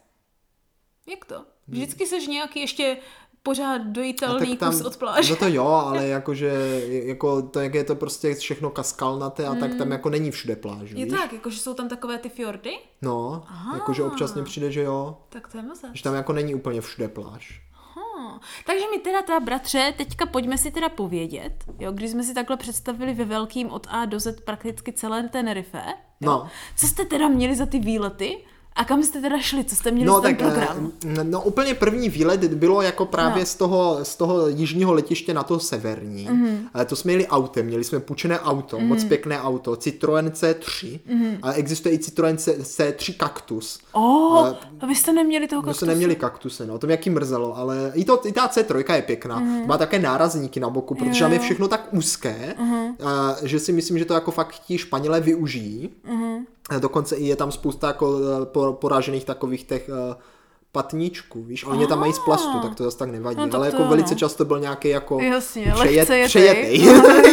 Jak to? Vždycky seš nějaký ještě pořád dojitelný tam, kus od pláže. No to jo, ale jakože, jako to, jak je to prostě všechno kaskalnaté a mm. tak tam jako není všude pláž, Je víš? tak, jakože jsou tam takové ty fjordy? No, Aha. jakože občas mi přijde, že jo. Tak to je moc. Že tam jako není úplně všude pláž. Aha. Takže mi teda ta bratře, teďka pojďme si teda povědět, jo, když jsme si takhle představili ve velkým od A do Z prakticky celé Tenerife, jo, no. Co jste teda měli za ty výlety? A kam jste teda šli? Co jste měli no, za ten tak, program? No úplně první výlet bylo jako právě no. z, toho, z toho jižního letiště na to severní. Mm-hmm. To jsme jeli autem, měli jsme půjčené auto, mm-hmm. moc pěkné auto, Citroën C tři. Mm-hmm. A existuje i Citroën C tři Cactus. Oh, a vy jste neměli toho kaktusu? My jsme neměli kaktuse, no, to mě jaký mrzelo, ale i, to, i ta C tři je pěkná. Mm-hmm. Má také nárazníky na boku, protože tam je všechno tak úzké, mm-hmm. že si myslím, že to jako fakt ti Španělé využijí. Mm-hmm. Dokonce i je tam spousta jako poražených takových těch uh, patníčků, víš, oni tam mají z plastu, tak to zase tak nevadí, no, ale jako velice no. často byl nějaký jako Jasně, přejet, přejetej.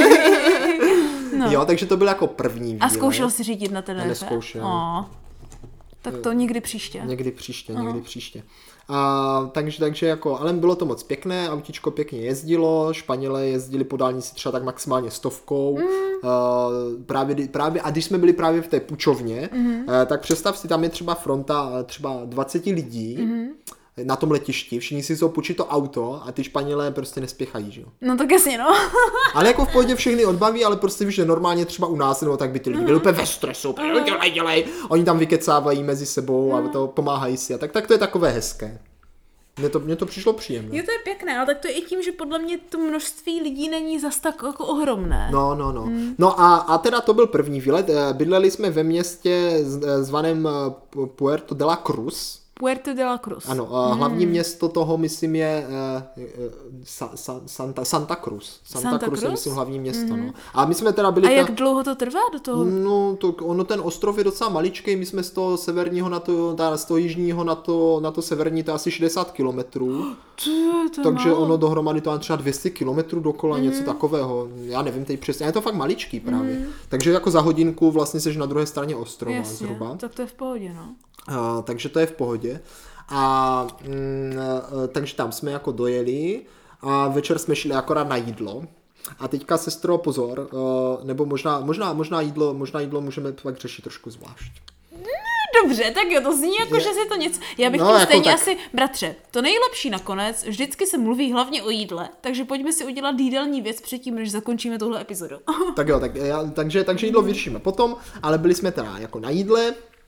No. Jo, takže to byl jako první výlet. A zkoušel jsi řídit na Tenerife? Neskoušel. Oh. Tak to někdy příště. Někdy příště, Aha. někdy příště. A, takže, takže jako, ale bylo to moc pěkné, autíčko pěkně jezdilo, Španělé jezdili po dálnici třeba tak maximálně stovkou. Mm. A, právě, právě, a když jsme byli právě v té půjčovně, mm. a, tak představ si, tam je třeba fronta třeba dvacet lidí, mm. na tom letišti, všichni si jsou půjčit to auto a ty Španělé prostě nespěchají, že jo. No tak jasně, no. Ale jako v pohodě všechny odbaví, ale prostě víš, že normálně třeba u nás, nebo tak by ty lidi byli úplně ve stresu, dělej, dělej, oni tam vykecávají mezi sebou a to pomáhají si a tak, tak to je takové hezké. Mně to, mně to přišlo příjemné. Jo, to je pěkné, ale tak to je i tím, že podle mě to množství lidí není zas tak jako ohromné. No, no, no. Hmm. No a, a teda to byl první výlet. Bydleli jsme ve městě zvaném Puerto de la Cruz. Puerto de la Cruz. Ano, mm. hlavní město toho, myslím, je uh, sa, sa, Santa, Santa Cruz. Santa, Santa Cruz Cruz? je, myslím, hlavní město, Mm. no. A my jsme teda byli... A jak ta... dlouho to trvá do toho? No, to, ono, ten ostrov je docela maličký, my jsme z toho severního na to, z toho jižního na to, na to severní, to je asi šedesát kilometrů. Takže málo. Ono dohromady to je třeba dvě stě kilometrů dokola, mm. něco takového. Já nevím teď přesně, je to fakt maličký právě. Mm. Takže jako za hodinku vlastně seš na druhé straně ostrova. Jasně, zhruba. Tak to je v pohodě, no. Uh, takže to je v pohodě. A mm, takže tam jsme jako dojeli a večer jsme šli akorát na jídlo. A teďka, sestro, pozor, nebo možná, možná, možná, jídlo, možná jídlo můžeme pak řešit trošku zvlášť. Dobře, tak jo, to zní jako, je. Že si to něco... Já bych no, tím jako stejně tak... asi... Bratře, to nejlepší nakonec, vždycky se mluví hlavně o jídle, takže pojďme si udělat jídelní věc předtím, než zakončíme tuhle epizodu. Tak jo, tak, já, takže, takže jídlo vyřešíme potom, ale byli jsme teda jako na jídle.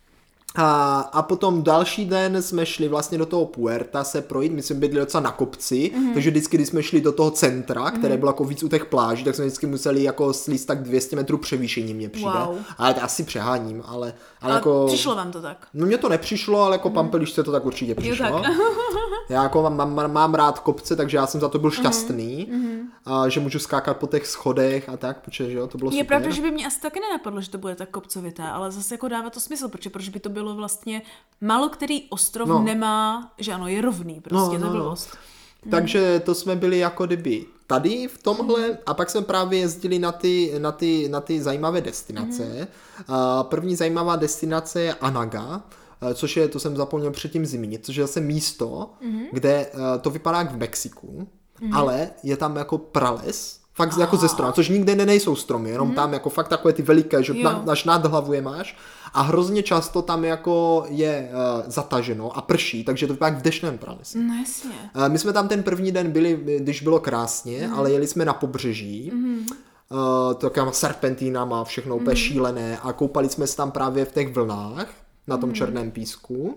A, a potom další den jsme šli vlastně do toho Puerta se projít, my jsme bydli docela na kopci, mm-hmm. takže vždycky, když jsme šli do toho centra, které mm-hmm. bylo jako víc u těch pláží, tak jsme vždycky museli jako slíst tak dvě stě metrů převýšení mě přijde. Wow. Ale to asi přeháním, ale, ale, ale jako... přišlo vám to tak? No mně to nepřišlo, ale jako mm-hmm. pampelišce to tak určitě přišlo. Jo, tak. Já jako mám, mám, mám rád kopce, takže já jsem za to byl šťastný, mm-hmm. a že můžu skákat po těch schodech a tak, protože jo, to bylo Je super. pravda, že by mě asi taky nenapadlo, že to bude tak kopcovité, ale zase jako dává to smysl, protože proč by to bylo vlastně málo který ostrov no. nemá, že ano, je rovný, prostě no, no, to bylo. No. Takže to jsme byli jako kdyby tady v tomhle mm. a pak jsme právě jezdili na ty, na ty, na ty zajímavé destinace. Mm. První zajímavá destinace je Anaga, což je, to jsem zapomněl předtím zmínit, což je zase místo, mm. kde to vypadá jak v Mexiku, mm. ale je tam jako prales, fakt Aha. jako ze strany, což nikde nejsou stromy, jenom mm. tam jako fakt takové ty veliké, že na, až nad hlavu je máš a hrozně často tam jako je uh, zataženo a prší, takže to vypadá jak v deštném pralesi. No jasně. Uh, my jsme tam ten první den byli, když bylo krásně, mm. ale jeli jsme na pobřeží, mm. uh, taková serpentínama, všechno úplně mm. šílené a koupali jsme se tam právě v těch vlnách na tom mm. černém písku.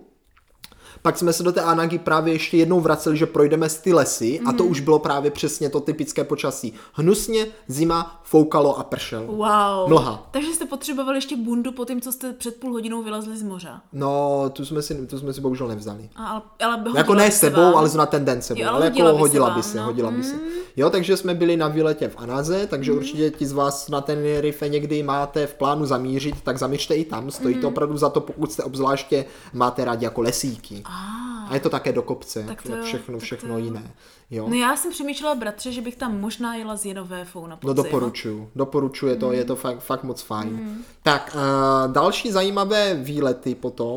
Pak jsme se do té Anagy právě ještě jednou vraceli, že projdeme z ty lesy mm. a to už bylo právě přesně to typické počasí. Hnusně, zima, foukalo a pršelo. Wow. Mlha. Takže jste potřebovali ještě bundu po tím, co jste před půl hodinou vylezli z moře. No, tu jsme si, tu jsme si bohužel nevzali. A, ale, ale jako ne s sebou, ale na ten den sebou. Jo, ale, ale hodila jako by hodila se by vám, se, no. hodila mm. by se. Jo, takže jsme byli na výletě v Anaze, takže mm. určitě ti z vás na ten Tenerife někdy máte v plánu zamířit, tak zamířte i tam. Stojí mm. to opravdu za to, pokud jste obzvláště máte rádi jako lesíky. Ah. A je to také do kopce, tak to, jak všechno, tak všechno to... jiné. Jo? No já jsem přemýšlela, bratře, že bych tam možná jela s Jenovéfou na podzim. No doporučuju, doporučuji, je to, mm. je to fakt, fakt moc fajn. Mm. Tak, uh, další zajímavé výlety potom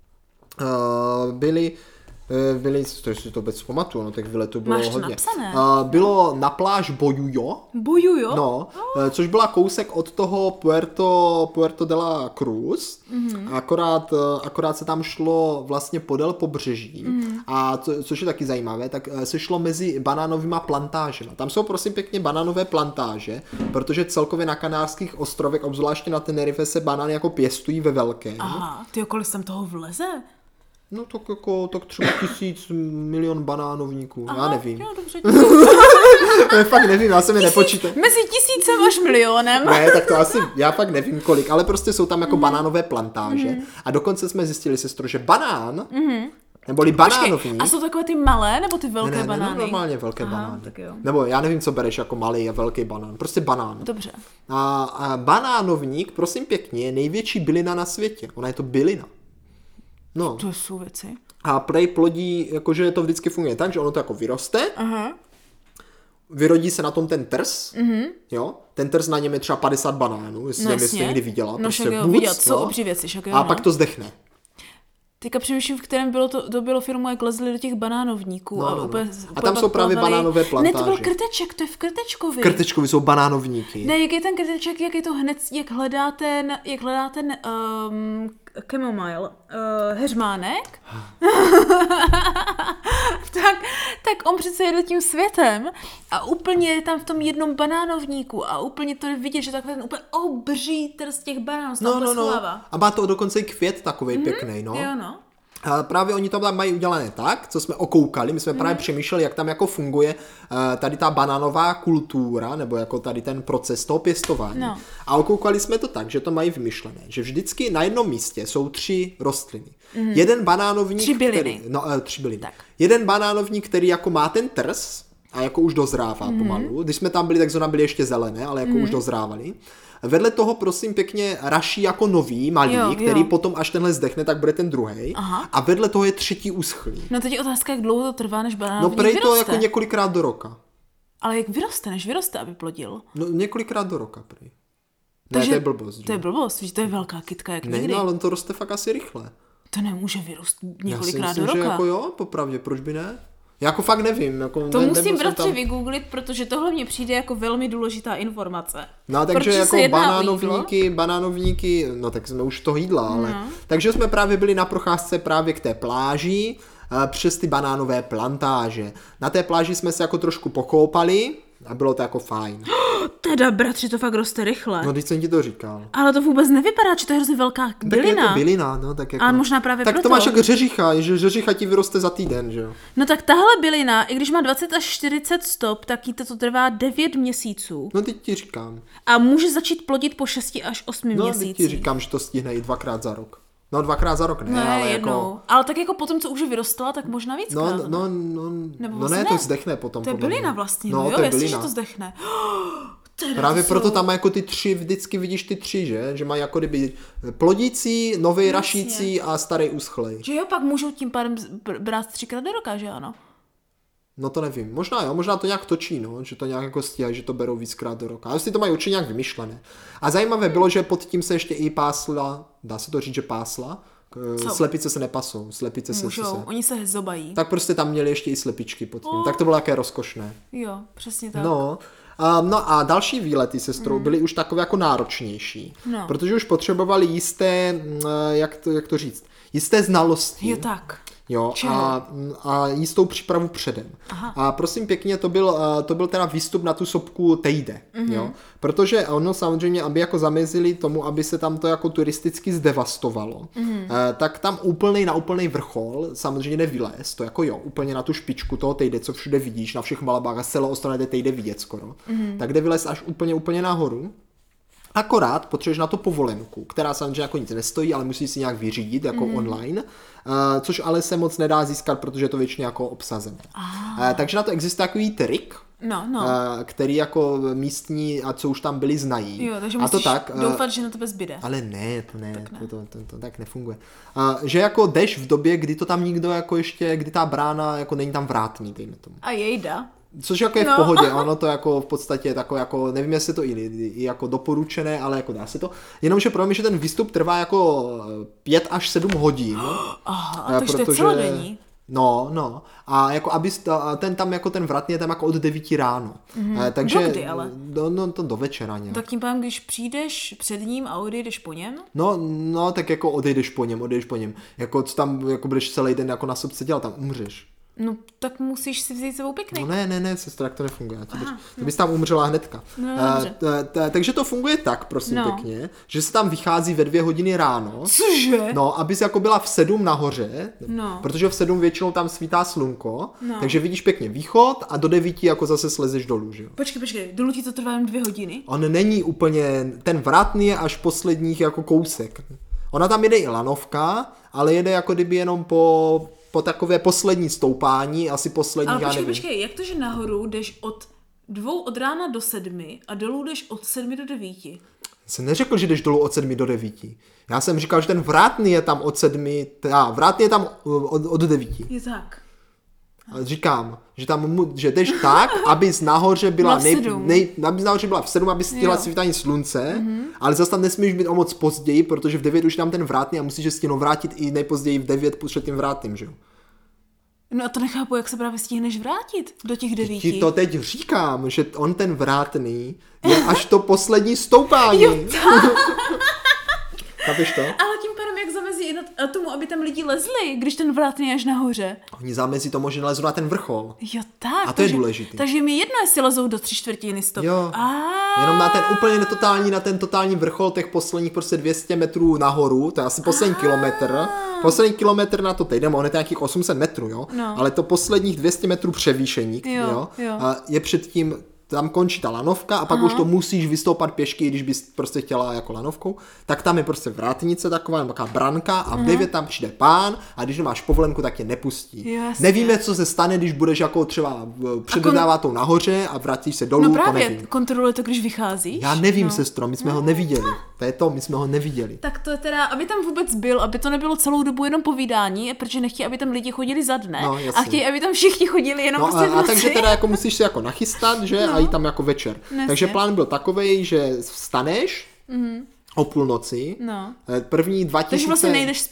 uh, byly Byli, to si to vůbec pamatuju, no těch výletů bylo Máš to hodně. napsané? Uh, bylo na pláž Bojuyo. Bojuyo? No, oh. což byla kousek od toho Puerto, Puerto de la Cruz. Mm-hmm. Akorát, akorát se tam šlo vlastně podél pobřeží. Mm. A to, což je taky zajímavé, tak se šlo mezi banánovými plantážemi. Tam jsou prosím pěkně banánové plantáže, protože celkově na Kanárských ostrovech, obzvláště na Tenerife, se banány jako pěstují ve velkém. Aha, ty kolik tam toho vleze? No tak jako, tak třeba tisíc milion banánovníků, Aha, já nevím. Jo, dobře. Fakt nevím, já jsem je nepočítal. Mezi tisícem až milionem. Ne, tak to asi, já fakt nevím kolik, ale prostě jsou tam jako mm. banánové plantáže mm. a dokonce jsme zjistili, sestro, že banán, mm. neboli banánovník. A jsou takové ty malé, nebo ty velké ne, ne, banány? Ne, normálně velké Aha, banány. Tak jo. Nebo já nevím, co bereš jako malý a velký banán, prostě banán. Dobře. A, a banánovník, prosím pěkně, je největší bylina na světě, ona je to bylina. No. To jsou věci. A prej plodí, jakože to vždycky funguje tak, že ono to jako vyroste, Aha. vyrodí se na tom ten trs, mm-hmm. jo, ten trs na něm je třeba padesát banánů, jestli no, nevím, jestli někdy viděla. No prostě však jo, buc, vidět, jsou no. obří věci, však jo, A no. pak to zdechne. Teďka přemýšlím, v kterém bylo to, to bylo firmu, jak lezli do těch banánovníků. No, a, no, úplně, no. a tam jsou právě plavali. banánové plantáže. Ne, to byl Krteček, to je v Krtečkovi. V Krtečkovi jsou banánovníky. Ne, jak je ten Krteček, jak je to hned, jak hledá ten, jak hledá ten um, chamomile, uh, heřmánek, tak, tak on přece jede tím světem a úplně je tam v tom jednom banánovníku a úplně to je vidět, že takhle ten úplně obří trst těch banánů se tam no, no, no. schovává. A má to dokonce i květ takovej mm-hmm. pěkný, no. Jo, no. A právě oni to tam mají udělané tak, co jsme okoukali, my jsme mm. právě přemýšleli, jak tam jako funguje uh, tady ta banánová kultura, nebo jako tady ten proces toho pěstování. No. A okoukali jsme to tak, že to mají vymyšlené, že vždycky na jednom místě jsou tři rostliny. Mm. Jeden banánovník, tři byliny. který, no, uh, tři byliny. Tak. Jeden banánovník, který jako má ten trs a jako už dozrává mm. pomalu. Když jsme tam byli, tak zrovna byly ještě zelené, ale jako mm. už dozrávali. Vedle toho, prosím pěkně, raší jako nový, malý, jo, který jo. potom, až tenhle zdechne, tak bude ten druhej. A vedle toho je třetí uschlý. No teď je otázka, jak dlouho to trvá, než banánovník No prej vyroste. to jako několikrát do roka. Ale jak vyroste, než vyroste, aby plodil? No několikrát do roka, prej. Takže, ne, to je blbost. To je blbost, víš, to je velká kytka, jak ne, někdy. No, ale on to roste fakt asi rychle. To nemůže vyrůst několikrát Já si myslím, do roka. že jako jo, popravdě, proč by ne? Já jako fakt nevím. Jako to ne, musím bratře tam... vygooglit, protože tohle mně přijde jako velmi důležitá informace. No takže jako banánovníky, banánovníky, no tak jsme už to jídla, ale... No. Takže jsme právě byli na procházce právě k té pláži, přes ty banánové plantáže. Na té pláži jsme se jako trošku pokoupali, A bylo to jako fajn. Teda, bratři, to fakt roste rychle. No, když jsem ti to říkal. Ale to vůbec nevypadá, že to je hrozně velká bylina. Tak je to bylina, no, tak jako. Ale možná právě tak proto. to máš jako řeřicha, že řeřicha ti vyroste za týden, že jo? No tak tahle bylina, i když má dvacet až čtyřicet stop, tak jí to trvá devět měsíců. No, teď ti říkám. A může začít plodit po šesti až osmi No, měsících. teď ti říkám, že to stihne i dvakrát za rok. No, dvakrát za rok ne, Ne, ale jednou. jako... Ale tak jako potom, co už vyrostla, tak možná víc. No, no, no, Nebo no vlastně ne, ne. to zdechne potom. To je podle mě. bylina vlastně, no, no, jo, to je jasně, bylina. že to zdechne. Teda Právě to proto jsou... tam má jako ty tři, vždycky vidíš ty tři, že? Že mají jako kdyby plodící, novej rašící a starý uschlej. Že jo, pak můžou tím pádem br- brát třikrát do roka, že ano? No to nevím, možná jo, možná to nějak točí, no, že to nějak jako stíhají, že to berou víckrát do roka. A jestli to mají určitě nějak vymyšlené. A zajímavé bylo, že pod tím se ještě i pásla, dá se to říct, že pásla? Co? Slepice se nepasou, slepice se, Můžou, se... oni se zobají. Tak prostě tam měli ještě i slepičky pod tím, Oh. tak to bylo také rozkošné. Jo, přesně tak. No, a, no a další výlety sestrou mm. byly už takové jako náročnější, No. protože už potřebovali jisté, mm, jak to, jak to říct, jisté znalosti. Jo, tak. Jo, a, a jistou přípravu předem. Aha. A prosím pěkně, to byl, to byl teda výstup na tu sopku Tejde, mm-hmm. jo, protože ono samozřejmě, aby jako zamezili tomu, aby se tam to jako turisticky zdevastovalo, mm-hmm. tak tam úplnej na úplnej vrchol samozřejmě nevylez, to jako jo, úplně na tu špičku toho Tejde, co všude vidíš, na všech malbách a celé ostrané Tejde vidět skoro, mm-hmm. tak jde vylez až úplně, úplně nahoru. Akorát potřebuješ na to povolenku, která samozřejmě jako nic nestojí, ale musíš si nějak vyřídit jako mm. online, uh, což ale se moc nedá získat, protože je to většině jako obsazené. Ah. Uh, takže na to existuje takový trik, no, no. Uh, který jako místní a co už tam byli znají. Jo, takže a musíš to tak, uh, doufat, že na tebe zbyde. Ale ne, to ne, Tak ne. To, to, to, to tak nefunguje. Uh, že jako jdeš v době, kdy to tam nikdo jako ještě, kdy ta brána jako není tam vrátný, dejme tomu. A jejda. Což jako je v No. pohodě, ono to jako v podstatě je takové jako, nevím jestli to i, i jako doporučené, ale jako dá se to. Jenomže problém je, že ten výstup trvá jako pět až sedm hodin. Aha, takže to je celodenní. No, no. A jako aby ten tam jako ten vratný je tam jako od devíti ráno. Mm-hmm. Takže, Do kdy ale? No, no to do večera nějak. Tak tím pádem, když přijdeš před ním a odejdeš po něm? No, no, tak jako odejdeš po něm, odejdeš po něm. Jako co tam jako budeš celý den jako na sobce dělat, tam umřeš. No, tak musíš si vzít sebou piknik. No ne, ne, ne, sestra, tak to nefunguje. Ty, bys, ty bys tam umřela hnedka. No, uh, dobře. t, t, takže to funguje tak, prosím No. pěkně, že se tam vychází ve dvě hodiny ráno. Cože? No, abys jako byla v sedm nahoře, No. protože v sedm většinou tam svítá slunko, No. takže vidíš pěkně východ a do devíti jako zase slezeš dolů, že jo. Počkej, počkej, dolů ti to trvá jen dvě hodiny? On není úplně, ten vratný je až posledních jako kousek. Ona tam jede i lanovka, ale jede jako kdyby jenom po, po takové poslední stoupání, asi poslední, Ale já počkej, nevím. počkej, jak to, že nahoru jdeš od dvou od rána do sedmi a dolů jdeš od sedmi do devíti? Jsem neřekl, že jdeš dolů od sedmi do devíti. Já jsem říkal, že ten vrátný je tam od sedmi, a vrátný je tam od, od devíti. Je tak. A říkám, že tam mu, že jdeš tak, abys nahoře byla, Byla v nej, sedm. nej, abys nahoře byla v sedm, abys stihla Jo. svítání slunce, mm-hmm. ale zase tam nesmíš být o moc později, protože v devět už je tam ten vrátný a musíš se stihnout vrátit i nejpozději v devět před tím vrátným, že jo? No a to nechápu, jak se právě stihneš vrátit do těch devíti. Ti to teď říkám, že on ten vrátný je až to poslední stoupání. Jo, Chápeš to? Ale tím pádem, jak zamezí na tomu, aby tam lidi lezli, když ten vrátný je až nahoře. Oni zamezí tomu, že nalezou na ten vrchol. Jo, tak. A to je takže, důležitý. Takže mi jedno, jestli lezou do tři čtvrtiny stop. Jo. A... Jenom na ten úplně netotální, na ten totální vrchol těch posledních prostě dvě stě metrů nahoru, to je asi poslední kilometr. Poslední kilometr na to teď, on je to nějakých osm set metrů, jo? No. Ale to posledních dvě stě metrů převýšení, Jo, jo? jo. A je předtím, tam končí ta lanovka a pak Aha. už to musíš vystoupat pěšky, když bys prostě chtěla jako lanovkou, tak tam je prostě vrátnice taková, nebo taková branka a v devět tam přijde pán a když nemáš povolenku, tak tě nepustí. Jasně. Nevíme, co se stane, když budeš jako třeba předodávat tou nahoře a vrátíš se dolů, No to právě, nevím. kontroluje to, když vycházíš. Já nevím, no. sestro, my jsme ho neviděli. To je to, my jsme ho neviděli. Tak to je teda, aby tam vůbec byl, aby to nebylo celou dobu jenom povídání, protože nechtějí, aby tam lidi chodili za dne No, a jasně. chtějí, aby tam všichni chodili jenom No prostě a, v a noci. takže teda jako musíš se jako nachystat, že? No. A jít tam jako večer. Jasně. Takže plán byl takovej, že vstaneš mm-hmm. o půlnoci, No. první dva tisíce... Takže vlastně nejdeš spát.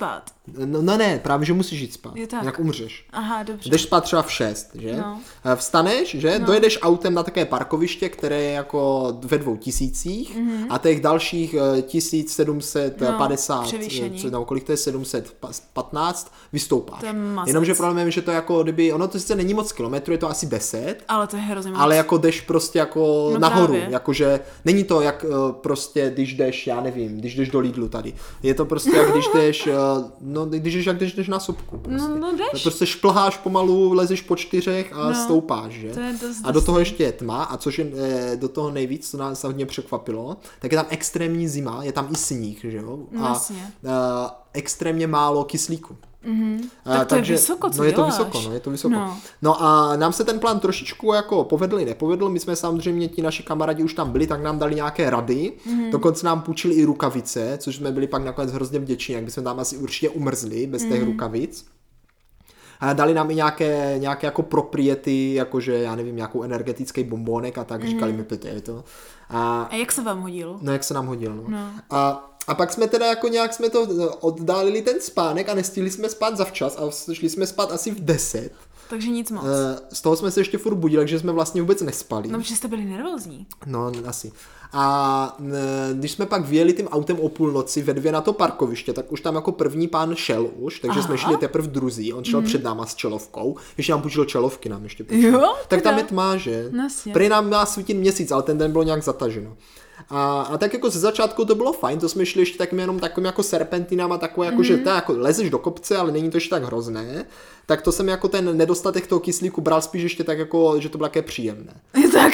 No, no ne, právě, že musíš jít spát, Je tak. jinak umřeš. Aha, dobře. Jdeš spát třeba v šest, že? No. Vstaneš, že? No. Dojedeš autem na také parkoviště, které je jako ve dvou tisících mm-hmm. a těch dalších tisíc sedm set padesát, no, převýšení. no, kolik to je sedm set patnáct, vystoupáš. To je mazec. Jenomže problém je, že to jako kdyby, ono to sice není moc kilometrů, je to asi deset, ale to je hrozně moc. ale jako jdeš prostě jako no nahoru, právě. jakože není to jak prostě, když jdeš, já nevím, když jdeš do Lidlu tady. Je to prostě jak když jdeš, no když jdeš jak když jdeš na sopku. Prostě. No, no jdeš. Prostě šplháš pomalu, lezeš po čtyřech a no, stoupáš, že? To je dost a do toho ještě je tma a což je e, do toho nejvíc, co nás hodně překvapilo, tak je tam extrémní zima, je tam i sníh, že jo? No, a jasně. e, extrémně málo kyslíku. Mm-hmm. A, tak to takže, je vysoko, co no je to děláš? vysoko, no je to vysoko. No. no a nám se ten plán trošičku jako povedl i nepovedl, my jsme samozřejmě, ti naši kamarádi už tam byli, tak nám dali nějaké rady, mm-hmm. dokonce nám půjčili i rukavice, což jsme byli pak nakonec hrozně vděční, jak bychom tam asi určitě umrzli bez mm-hmm. těch rukavic. A dali nám i nějaké, nějaké jako propriety, jakože já nevím, nějakou energetický bombónek a tak, mm. říkali mi, pěte je to. A, a jak se vám hodil? No jak se nám hodil, no. no. A, a pak jsme teda jako nějak jsme to oddálili ten spánek a nestihli jsme spát zavčas a šli jsme spát asi v deset. Takže nic moc. Z toho jsme se ještě furt budili, takže jsme vlastně vůbec nespali. No, protože jste byli nervózní. No, asi. A když jsme pak vyjeli tím autem o půlnoci ve dvě na to parkoviště, tak už tam jako první pán šel už, takže Aha. jsme šli teprve druzí, on šel mm. před náma s čelovkou, ještě nám půjčil čelovky, nám ještě půjčil. Jo, tak tam je tma, že? Nasně. Prý nám má svítit měsíc, ale ten den bylo nějak zataženo. A, a tak jako ze začátku to bylo fajn, to jsme šli ještě takovým jenom takovým jako serpentinama, takové jako, mm. že to jako lezeš do kopce, ale není to ještě tak hrozné. Tak to jsem jako ten nedostatek toho kyslíku bral spíš ještě tak jako, že to bylo také příjemné. Tak.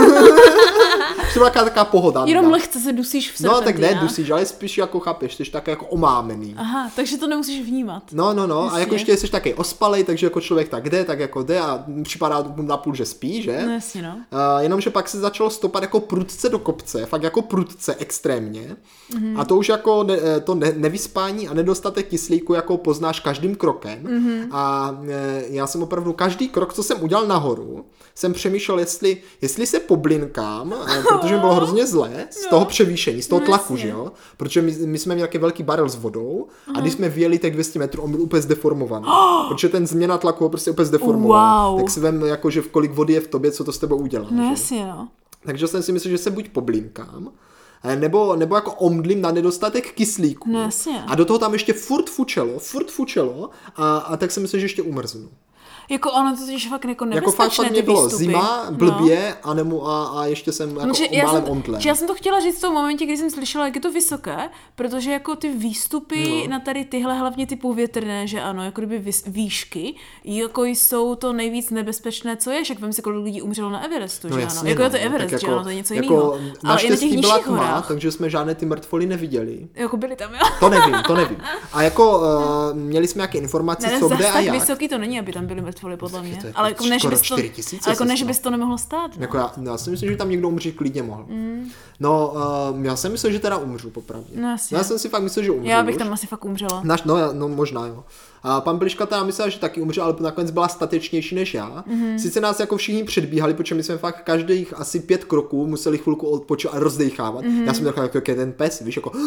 To byla taková pohoda. Jenom lehce se dusíš v serpentinách. No tak ne dusíš, ale spíš jako chápeš, jsi tak jako omámený. Aha, takže to nemusíš vnímat. No, no, no, Jasně. a jako ještě jsi taky ospalej, takže jako člověk tak jde, tak jako jde a připadá na půl, že spí, že? No jasně, no. Uh, jenomže pak se začalo stopat jako prudce do kopce, fakt jako prudce, extrémně. Mm-hmm. A to už jako ne, to ne, nevyspání a nedostatek kyslíku jako poznáš každým krokem. Mm-hmm. A já jsem opravdu každý krok, co jsem udělal nahoru, jsem přemýšlel, jestli, jestli se poblinkám, protože mi bylo hrozně zlé z toho převýšení, z toho no, tlaku, jasně. že jo? Protože my, my jsme měli takový velký barel s vodou a když jsme vyjeli těch dvě stě metrů, on byl úplně zdeformovaný. Oh! Protože ten změna tlaku ho prostě úplně zdeformoval. Wow. Tak si vem, jako, že v kolik vody je v tobě, co to s tebou udělá. No že? jasně, no. Takže jsem si myslel, že se buď poblinkám, nebo, nebo jako omdlím na nedostatek kyslíku. No jasně. A do toho tam ještě furt fučelo, furt fučelo a, a tak jsem myslel, že ještě umrznu. Jako ono to totiž fakt jako nebezpečné, jako fakt, fakt mě bylo výstupy. Zima, blbě no. a, nemu, a, a ještě jsem jako málem omdlel. Já jsem to chtěla říct v tom momentě, kdy jsem slyšela, jak je to vysoké, protože jako ty výstupy no. na tady tyhle, hlavně ty povětrné, že ano, jako kdyby výšky, jako jsou to nejvíc nebezpečné, co je, však vem si, kolik lidí umřelo na Everestu, no, že jasně, ano. Jako no, je to Everest, jako, že ano, to je něco jako, jiného. Ale i na těch nižších tma, horách. Takže jsme žádné ty mrtvoly neviděli. Jako byli tam, jo. To nevím, to nevím. A jako uh, měli jsme nějaké informace, ne, co kde a jak. vysoký to není, aby tam byly mrtvoly, podle mě. To ale jako ne, že bys to, ale jako ne, že bys to nemohl stát. No. Jako já, no, já si myslím, že tam někdo umřít klidně mohl. Mm. No, uh, já jsem myslel, že teda umřu, popravdě. No, já jsem si fakt myslel, že umřu. Já bych tam asi fakt umřela. Naš, no, no, možná jo. A pan Pliška teda myslel, že taky umře, ale nakonec byla statečnější než já. Mm-hmm. Sice nás jako všichni předbíhali, protože my jsme fakt každých asi pět kroků museli chvilku odpočít a rozdechávat. Mm-hmm. Já jsem takový jako ten pes, víš, jako...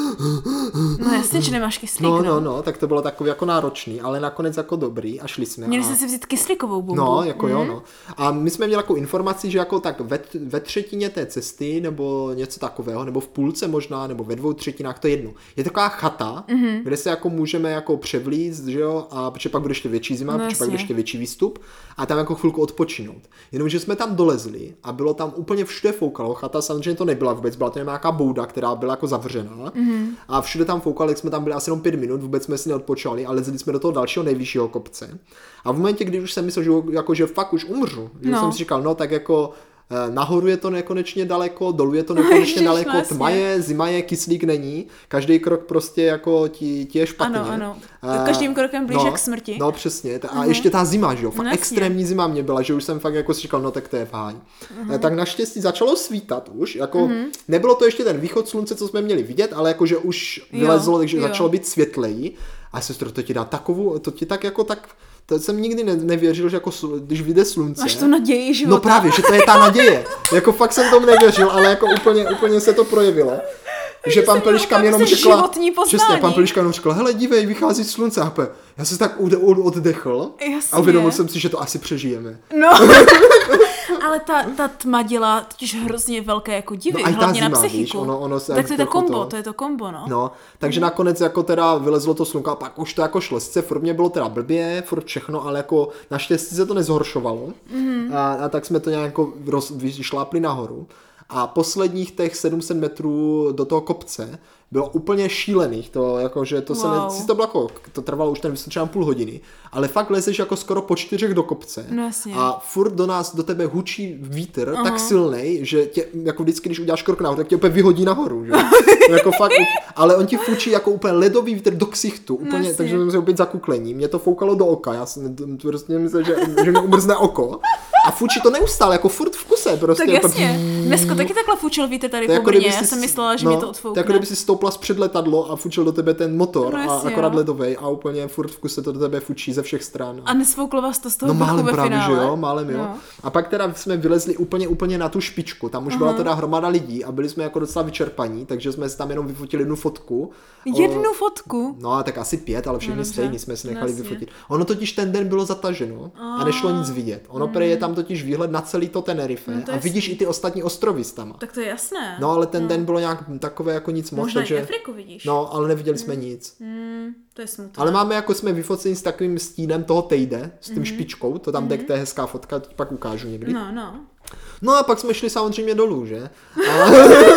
No jasně, že nemáš kyslík, no, no, no, tak to bylo takový jako náročný, ale nakonec jako dobrý a šli jsme. Měli a... jste si vzít kyslíkovou bombu. No, jako mm-hmm. jo, no. A my jsme měli takovou informaci, že jako tak ve, ve třetině té cesty, nebo něco takového, nebo v půlce možná, nebo ve dvou třetinách, to je jedno. Je taková chata, mm-hmm. kde se jako můžeme jako převlíct, že jo, a protože pak bude ještě větší zima, no, protože pak bude ještě větší výstup a tam jako chvilku odpočinout. Jenomže jsme tam dolezli a bylo tam úplně všude foukalo. Chata samozřejmě to nebyla vůbec, byla to nějaká bouda, která byla jako zavřená mm-hmm. a všude tam foukalo, jak jsme tam byli asi jenom pět minut, vůbec jsme si neodpočali a lezli jsme do toho dalšího nejvyššího kopce. A v momentě, kdy už jsem myslel, že, jako, že fakt už umřu, že no. jsem si říkal, no tak jako nahoru je to nekonečně daleko, dolů je to nekonečně daleko, vlastně. Tma je, zima je, kyslík není, každý krok prostě jako ti, ti je špatně. Ano, ano. Uh, Každým krokem blíže no, k smrti. No přesně. A uh-huh. ještě ta zima, že jo, fakt no, extrémní zima mě byla, že už jsem fakt jako si říkal, no tak to je v háji. Uh-huh. Tak naštěstí začalo svítat už, jako uh-huh. nebylo to ještě ten východ slunce, co jsme měli vidět, ale jakože už vylezlo, jo, takže jo. začalo být světleji. A sestro, to ti dá takovou, to ti tak jako tak... To jsem nikdy ne, nevěřil, že jako když vyjde slunce. Máš tu naději života. No právě, že to je ta naděje. Jako fakt jsem tomu nevěřil, ale jako úplně, úplně se to projevilo. že pan Peliška mi jenom řekla, přesně, pan Peliška jenom řekla, hele, dívej, vychází slunce. A já jsem tak oddechl Jasně. a uvědomil jsem si, že to asi přežijeme. No. Ale ta, ta tma dělá totiž hrozně velké jako divy, no, hlavně zima, na psychiku. Víš, ono, ono se tak to je to kombo, to. to je to kombo, no. No, takže mm. nakonec jako teda vylezlo to slunko a pak už to jako šlo. Sice furt mě bylo teda blbě, furt všechno, ale jako naštěstí se to nezhoršovalo. Mm. A, a tak jsme to nějak jako roz, vyšlápli nahoru. A posledních těch sedm set metrů do toho kopce bylo úplně šílených, to jako, že to wow. se ne, to bylo jako, to trvalo už ten třeba půl hodiny, ale fakt lezeš jako skoro po čtyřech do kopce no, a furt do nás, do tebe hučí vítr uh-huh. tak silnej, že tě, jako vždycky, když uděláš krok nahoru, tak tě úplně vyhodí nahoru, že? jako fakt, ale on ti fučí jako úplně ledový vítr do ksichtu, úplně, no, takže jsme se opět zakuklení, mě to foukalo do oka, já jsem prostě myslel, že, že mě umrzne oko. A fučí to neustále, jako furt v kuse prostě. Tak jasně, dneska taky takhle fučil vítr tady po Brně, já jsem myslela, že no, mě to odfoukne. To jako kdyby si stoupla před letadlo a fučil do tebe ten motor no, a akorát ledovej a úplně furt v kuse to do tebe fučí ze všech stran. A nesfouklo vás to z toho no, málem ve právě, finále. že jo, málem jo. No. A pak teda jsme vylezli úplně, úplně na tu špičku, tam už uh-huh. byla teda hromada lidí a byli jsme jako docela vyčerpaní, takže jsme si tam jenom vyfotili jednu fotku. Jednu o... fotku? No, tak asi pět, ale všechny no, stejný jsme si nechali Jasně. vyfotit. Ono totiž ten den bylo zataženo a nešlo nic vidět. Ono mm. je tam totiž výhled na celý to Tenerife no, to a vidíš i ty ostatní ostrovy s tam. Tak to je jasné. No, ale ten no. den bylo nějak takové jako nic moc, možná takže... Afriku vidíš. No, ale neviděli mm. jsme nic. Mm, to je smutné. Ale máme jako jsme vyfoceni s takovým stínem toho Tejde, s tím mm. špičkou, to tam mm. jde, to je hezká fotka, to pak ukážu někdy. No, no. No a pak jsme šli samozřejmě dolů, že? A...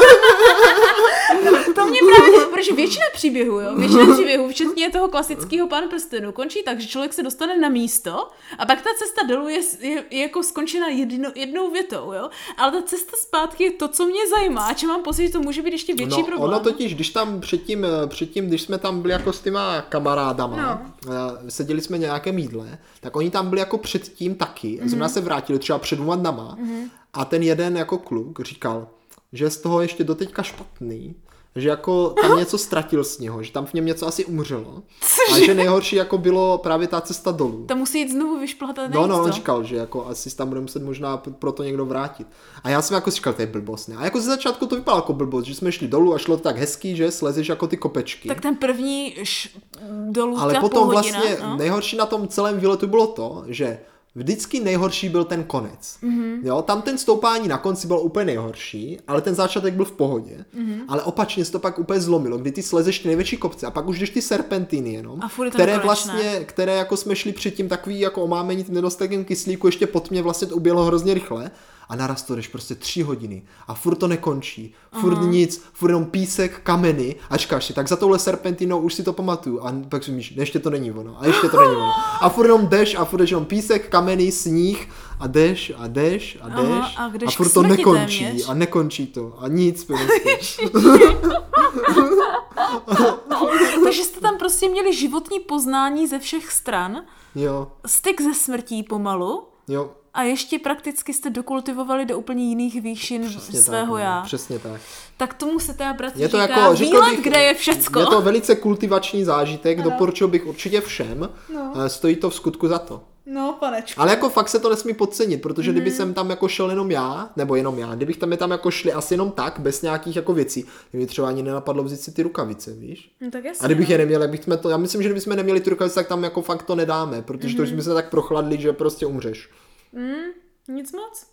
To mě právě, protože většina příběhů, jo, většina příběhů, včetně toho klasického Pán prstenů, končí tak, že člověk se dostane na místo a pak ta cesta dolů je, je, je jako skončena jedno, jednou větou, jo, ale ta cesta zpátky je to, co mě zajímá, a že mám pocit, že to může být ještě větší no, problém. Ono totiž, když tam předtím, předtím, když jsme tam byli jako s těma kamarádama, no. seděli jsme nějaké jídle, tak oni tam byli jako předtím taky, mm-hmm. zrovna se vrátili třeba před dvěma dnama mm-hmm. a ten jeden jako kluk říkal, že je z toho ještě doteďka špatný, že jako tam něco ztratil z něho, že tam v něm něco asi umřelo. Cože? A že nejhorší jako bylo právě ta cesta dolů. Tam musí jít znovu vyšplhat a No, no, on říkal, že jako asi tam bude muset možná proto někdo vrátit. A já jsem jako říkal, to je blbost, ne? A jako ze začátku to vypadalo jako blbost, že jsme šli dolů a šlo to tak hezký, že slezeš jako ty kopečky. Tak ten první š... dolů ale potom půl hodina, vlastně no? nejhorší na tom celém výletu bylo to, že vždycky nejhorší byl ten konec. Mm-hmm. Jo, tam ten stoupání na konci byl úplně nejhorší, ale ten začátek byl v pohodě. Mm-hmm. Ale opačně se to pak úplně zlomilo, kdy ty slezeš ty největší kopce a pak už jdeš ty serpentiny jenom, které vlastně, které jako jsme šli předtím takový jako omámení tím nedostatkem kyslíku, ještě pod mě vlastně to uběhlo hrozně rychle. A naraz to jdeš prostě tři hodiny a furt to nekončí, furt uh-huh. nic, furt jenom písek, kameny a říkáš si, tak za touhle serpentinou už si to pamatuju a pak si myslíš, ještě to není ono a ještě to není ono. A furt jenom jdeš a furt jdeš jenom písek, kameny, sníh a jdeš a jdeš a jdeš uh-huh. a, a furt to nekončí téměř. A nekončí to a nic prostě. Takže jste tam prostě měli životní poznání ze všech stran, jo. styk ze smrtí pomalu. Jo. A ještě prakticky jste dokultivovali do úplně jiných výšin přesně svého tak, já. No, přesně tak. Tak tomu se teda bratr je to říká jako, výlet, bych, kde je všecko. Je to velice kultivační zážitek, ano. Doporučil bych určitě všem, no. Stojí to v skutku za to. No, panečku. Ale jako fakt se to nesmí podcenit, protože mm. kdyby jsem tam jako šel jenom já, nebo jenom já, kdybych tam je tam jako šli asi jenom tak, bez nějakých jako věcí, mě třeba ani nenapadlo vzít si ty rukavice, víš? No, tak jasně, a kdybych no. je neměl, jak bychom to, já myslím, že kdybychom neměli ty rukavice, tak tam jako fakt to nedáme, protože mm. to už jsme se tak prochladli, že prostě umřeš. Mm, nic moc.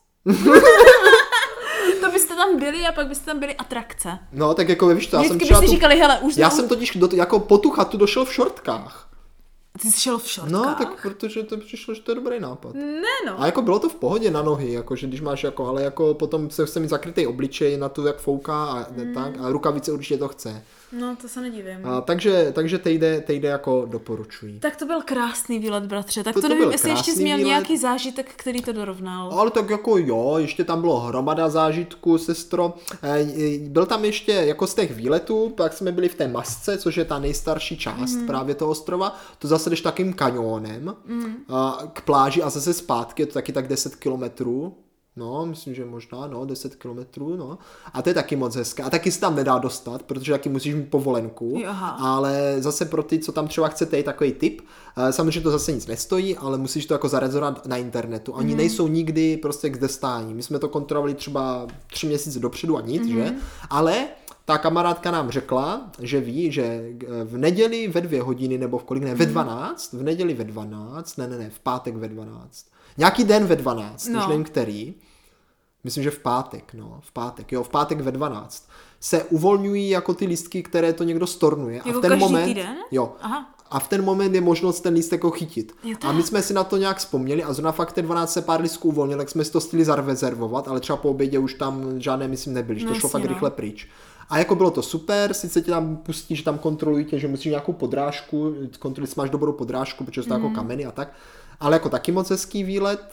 To byste tam byli a pak byste tam byli atrakce. No, tak jako víš to, já Vždycky jsem třeba byste tu, říkali, hele, už já jsem totiž do, jako po tu chatu došel v šortkách. Ty jsi šel v šortkách? No, tak protože to přišlo, že to je dobrý nápad. Ne, no. A jako bylo to v pohodě na nohy, jakože když máš jako, ale jako potom se chce mít zakrytej obličej na tu, jak fouká a mm. tak, a rukavice určitě to chce. No, to se nedivím. A, takže, takže tejde, tejde jako doporučuji. Tak to byl krásný výlet, bratře. Tak to, to, to nevím, jestli ještě jsi měl výlet. nějaký zážitek, který to dorovnal. Ale tak jako jo, ještě tam bylo hromada zážitků, sestro. Byl tam ještě jako z těch výletů, pak jsme byli v té Masce, což je ta nejstarší část mm. právě toho ostrova. To zase jdeš takým kanionem mm. k pláži a zase zpátky, je to taky tak deset kilometrů. No, myslím, že možná, no, deset kilometrů, no. A to je taky moc hezké. A taky se tam nedá dostat, protože taky musíš mít povolenku. Aha. Ale zase pro ty, co tam třeba chcete, je takový tip. Samozřejmě to zase nic nestojí, ale musíš to jako zarezervovat na internetu. Oni mm. nejsou nikdy prostě k zdestání. My jsme to kontrolovali třeba tři měsíce dopředu a nic, mm. že? Ale ta kamarádka nám řekla, že ví, že v neděli ve dvě hodiny, nebo v kolik ne, ve dvanáct, v neděli ve dvanáct, ne, ne, ne, v pátek ve dvanáct. Nějaký den ve dvanáct, no. Už nevím který. Myslím, že v pátek, no, v pátek, jo, v pátek ve dvanáct. Se uvolňují jako ty lístky, které to někdo stornuje. Jako a v ten každý moment, týden? Jo. Aha. A v ten moment je možnost ten lístek jako chytit. Jo, a my jsme si na to nějak vzpomněli a zrovna fakt ten dvanáct se pár lístků uvolnil, tak jsme si to stihli zarezervovat, ale třeba po obědě už tam žádné, myslím, nebyly, že to no, šlo fakt no. rychle pryč. A jako bylo to super, sice tě tam pustí, že tam kontrolují tě, že musíš nějakou podrážku, kontrolují, máš dobrou podrážku, protože jsou to mm. jako kameny a tak, ale jako taky moc hezký výlet.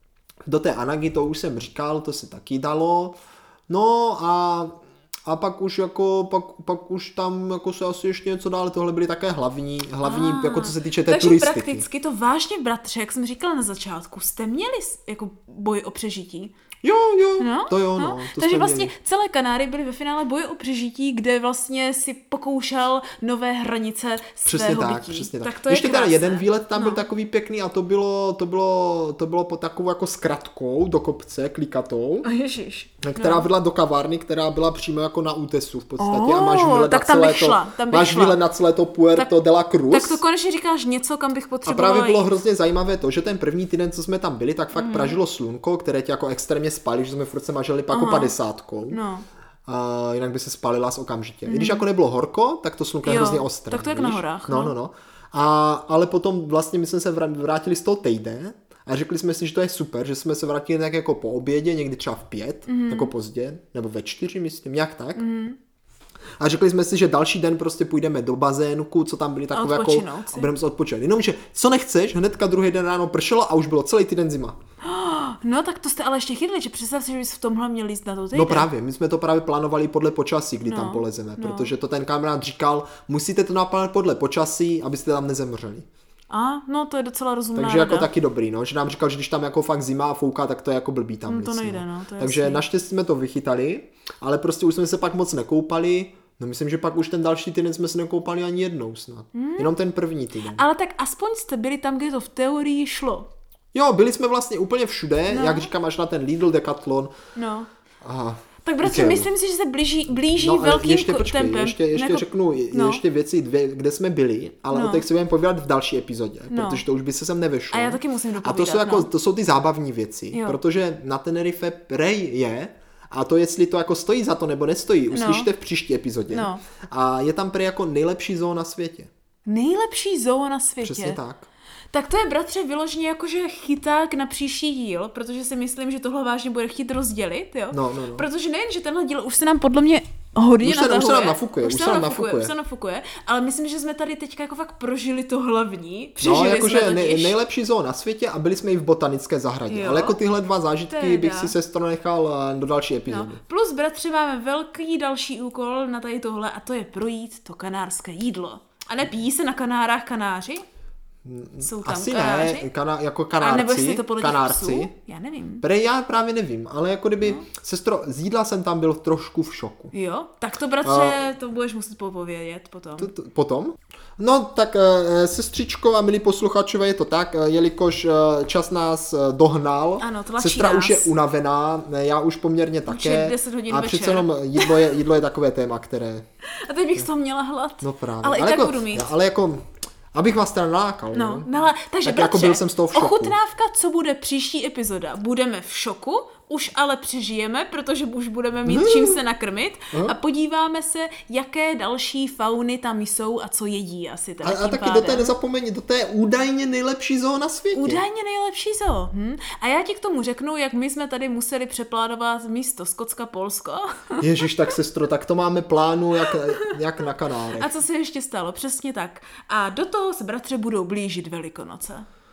Do té Anagy, to už jsem říkal, to se taky dalo. No a A pak už jako, pak, pak už tam jako se asi ještě něco dál, tohle byly také hlavní, hlavní ah, jako co se týče té takže turistiky. Takže prakticky to vážně, bratře, jak jsem říkala na začátku, jste měli jako boj o přežití. Jo, jo, no, to jo, no. no. To takže vlastně měli. Celé Kanáry byly ve finále boje o přežití, kde vlastně si pokoušel nové hranice přesně svého tak, bytí. Přesně tak. tak. To ještě je teda jeden výlet tam no. byl takový pěkný a to bylo, to bylo, to bylo pod takovou jako zkratkou do kopce, klikatou. Oh, ježiš. Která no. vedla do kavárny, která byla přímo jako na útesu v podstatě. Oh, a máš výlet tak na tam celé bych šla, to, tam bych máš šla. výlet na celé to Puerto tak, de la Cruz. Tak to konečně říkáš něco, kam bych potřebovala A právě bylo jít. hrozně zajímavé to, že ten první týden, co jsme tam byli, tak fakt mm. pražilo slunko, které tě jako extrémně spálí, že jsme furt se maželi pak jako padesátkou. No. A jinak by se spálila s okamžitě. Mm. I když jako nebylo horko, tak to slunko je jo, hrozně ostré. tak to je jak víš? na horách. No, no, no, no. A, ale potom vlastně my jsme se vrátili z toho týdne a řekli jsme si, že to je super, že jsme se vrátili nějak jako po obědě, někdy třeba v pět, mm. jako pozdě, nebo ve čtyři, myslím, nějak tak. Mm. A řekli jsme si, že další den prostě půjdeme do bazénku, co tam byly takové jako a budeme se odpočívat. Jenomže co nechceš, hnedka druhý den ráno pršelo a už bylo celý týden zima. No tak to jste ale ještě chytli, že představ si, že bys v tomhle měl jíst na to týden. No právě, my jsme to právě plánovali podle počasí, kdy no, tam polezeme, no. protože to ten kamarád říkal, musíte to naplánovat podle počasí, abyste tam nezemřeli. A, no to je docela rozumná Takže rada. jako taky dobrý, no, že nám říkal, že když tam jako fakt zima a fouká, tak to je jako blbý tam. No to nic, nejde, no. no. To je Takže jasný. Naštěstí jsme to vychytali, ale prostě už jsme se pak moc nekoupali. No myslím, že pak už ten další týden jsme se nekoupali ani jednou snad. Hmm. Jenom ten první týden. Ale tak aspoň jste byli tam, kde to v teorii šlo. Jo, byli jsme vlastně úplně všude, no. Jak říkám, až na ten Lidl, Decathlon. No. Aha. Tak bratře, myslím si, že se blíží, blíží no, velkým ještě, počkej, tempem. ještě, ještě Neko... řeknu no. ještě věci, dvě, kde jsme byli, ale no. o těch si budeme povídat v další epizodě, no. protože to už by se sem nevešlo. A já taky musím dopovídat. A to jsou, jako, no. to jsou ty zábavní věci, jo. protože na Tenerife prej je, a to jestli to jako stojí za to nebo nestojí, uslyšíte no. v příští epizodě. No. A je tam prej jako nejlepší zoo na světě. Nejlepší zoo na světě? Přesně tak. Tak to je, bratře, vyloženě jakože chyták na příští díl, protože si myslím, že tohle vážně bude chtít rozdělit, jo? No, no, no. Protože nejen, že tenhle díl už se nám podle mě hodně už se, natahuje. Už se nám nafukuje, už, už se nám nafukuje, nafukuje. Už se nafukuje, ale myslím, že jsme tady teďka jako fakt prožili to hlavní. Přežili no, jakože jsme nej, nejlepší zoo na světě a byli jsme i v botanické zahradě. Jo? Ale jako tyhle dva zážitky Teda. bych si sestro nechal do další epizody. No. Plus, bratře, máme velký další úkol na tady tohle a to je projít to kanárské jídlo. A nepíjí se na Kanárách Kanáři? Jsou tam Asi kanáři? ne, kana, jako kanárci, a nebo jestli to podle kanárci. Psů? Já nevím. Pre, já právě nevím, ale jako kdyby, no. sestro, z jídla jsem tam byl trošku v šoku. Jo, tak to bratře, uh, to budeš muset popovědět potom. To, to, potom? No tak uh, sestřičko a milí posluchačové, je to tak, uh, jelikož uh, čas nás uh, dohnal, ano, sestra nás. už je unavená, já už poměrně také. deset hodin a večer. přece jenom jídlo je, jídlo je takové téma, které... A teď bych z toho měla hlad. No právě. Ale, ale i tak jako, budu mít. Ale jako... Abych vás teda nalákal. No, no takže tak bratře, jako byl jsem z toho v šoku. Ochutnávka, co bude příští epizoda. Budeme v šoku, už ale přežijeme, protože už budeme mít čím se nakrmit a podíváme se, jaké další fauny tam jsou a co jedí asi teda. A, a taky pádem. Do té nezapomeň, do té údajně nejlepší zoo na světě. Údajně nejlepší zoo. Hm? A já ti k tomu řeknu, jak my jsme tady museli přeplánovat místo Skotska, Polsko. Ježiš, tak sestro, tak to máme plánu jak, jak na Kanárech. A co se ještě stalo? Přesně tak. A do toho se, bratře, budou blížit Velikonoce.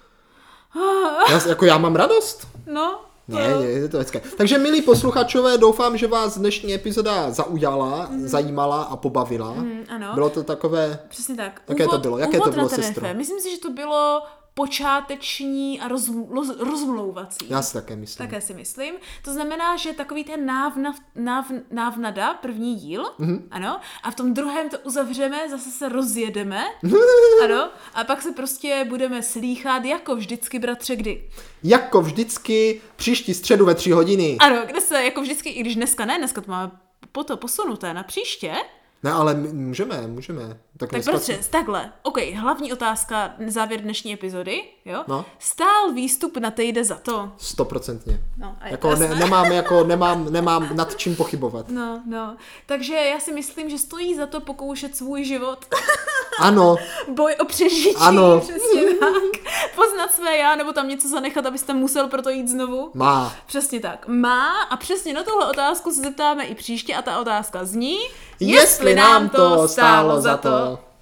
Já, jako já mám radost. No. Ne, je, je to hezké. Takže milí posluchačové, doufám, že vás dnešní epizoda zaujala, mm. zajímala a pobavila. Mm, ano. Bylo to takové... Přesně tak. Jaké úvod, to bylo? Jaké to bylo, sestro? Myslím si, že to bylo počáteční a roz, roz, rozmlouvací. Já si také myslím. Také si myslím. To znamená, že takový ten návnav, náv, návnada, první díl, mm-hmm. ano, a v tom druhém to uzavřeme, zase se rozjedeme, ano, a pak se prostě budeme slýchat jako vždycky, bratře, kdy? Jako vždycky příští středu ve tři hodiny. Ano, kde se jako vždycky, i když dneska ne, dneska to máme po to posunuté na příště. Ne, ale můžeme, můžeme. Tak, tak prostě, takhle. OK, hlavní otázka, závěr dnešní epizody, jo? No. Stál výstup na Tejde za to? Stoprocentně. No, jako ne, nemám, jako nemám, nemám nad čím pochybovat. No, no. Takže já si myslím, že stojí za to pokoušet svůj život. Ano. Boj o přežití. Ano. Přesně tak. Poznat své já, nebo tam něco zanechat, abyste musel proto jít znovu. Má. Přesně tak. Má a přesně na tuhle otázku se zeptáme i příště a ta otázka zní, Jestli nám to stálo za to.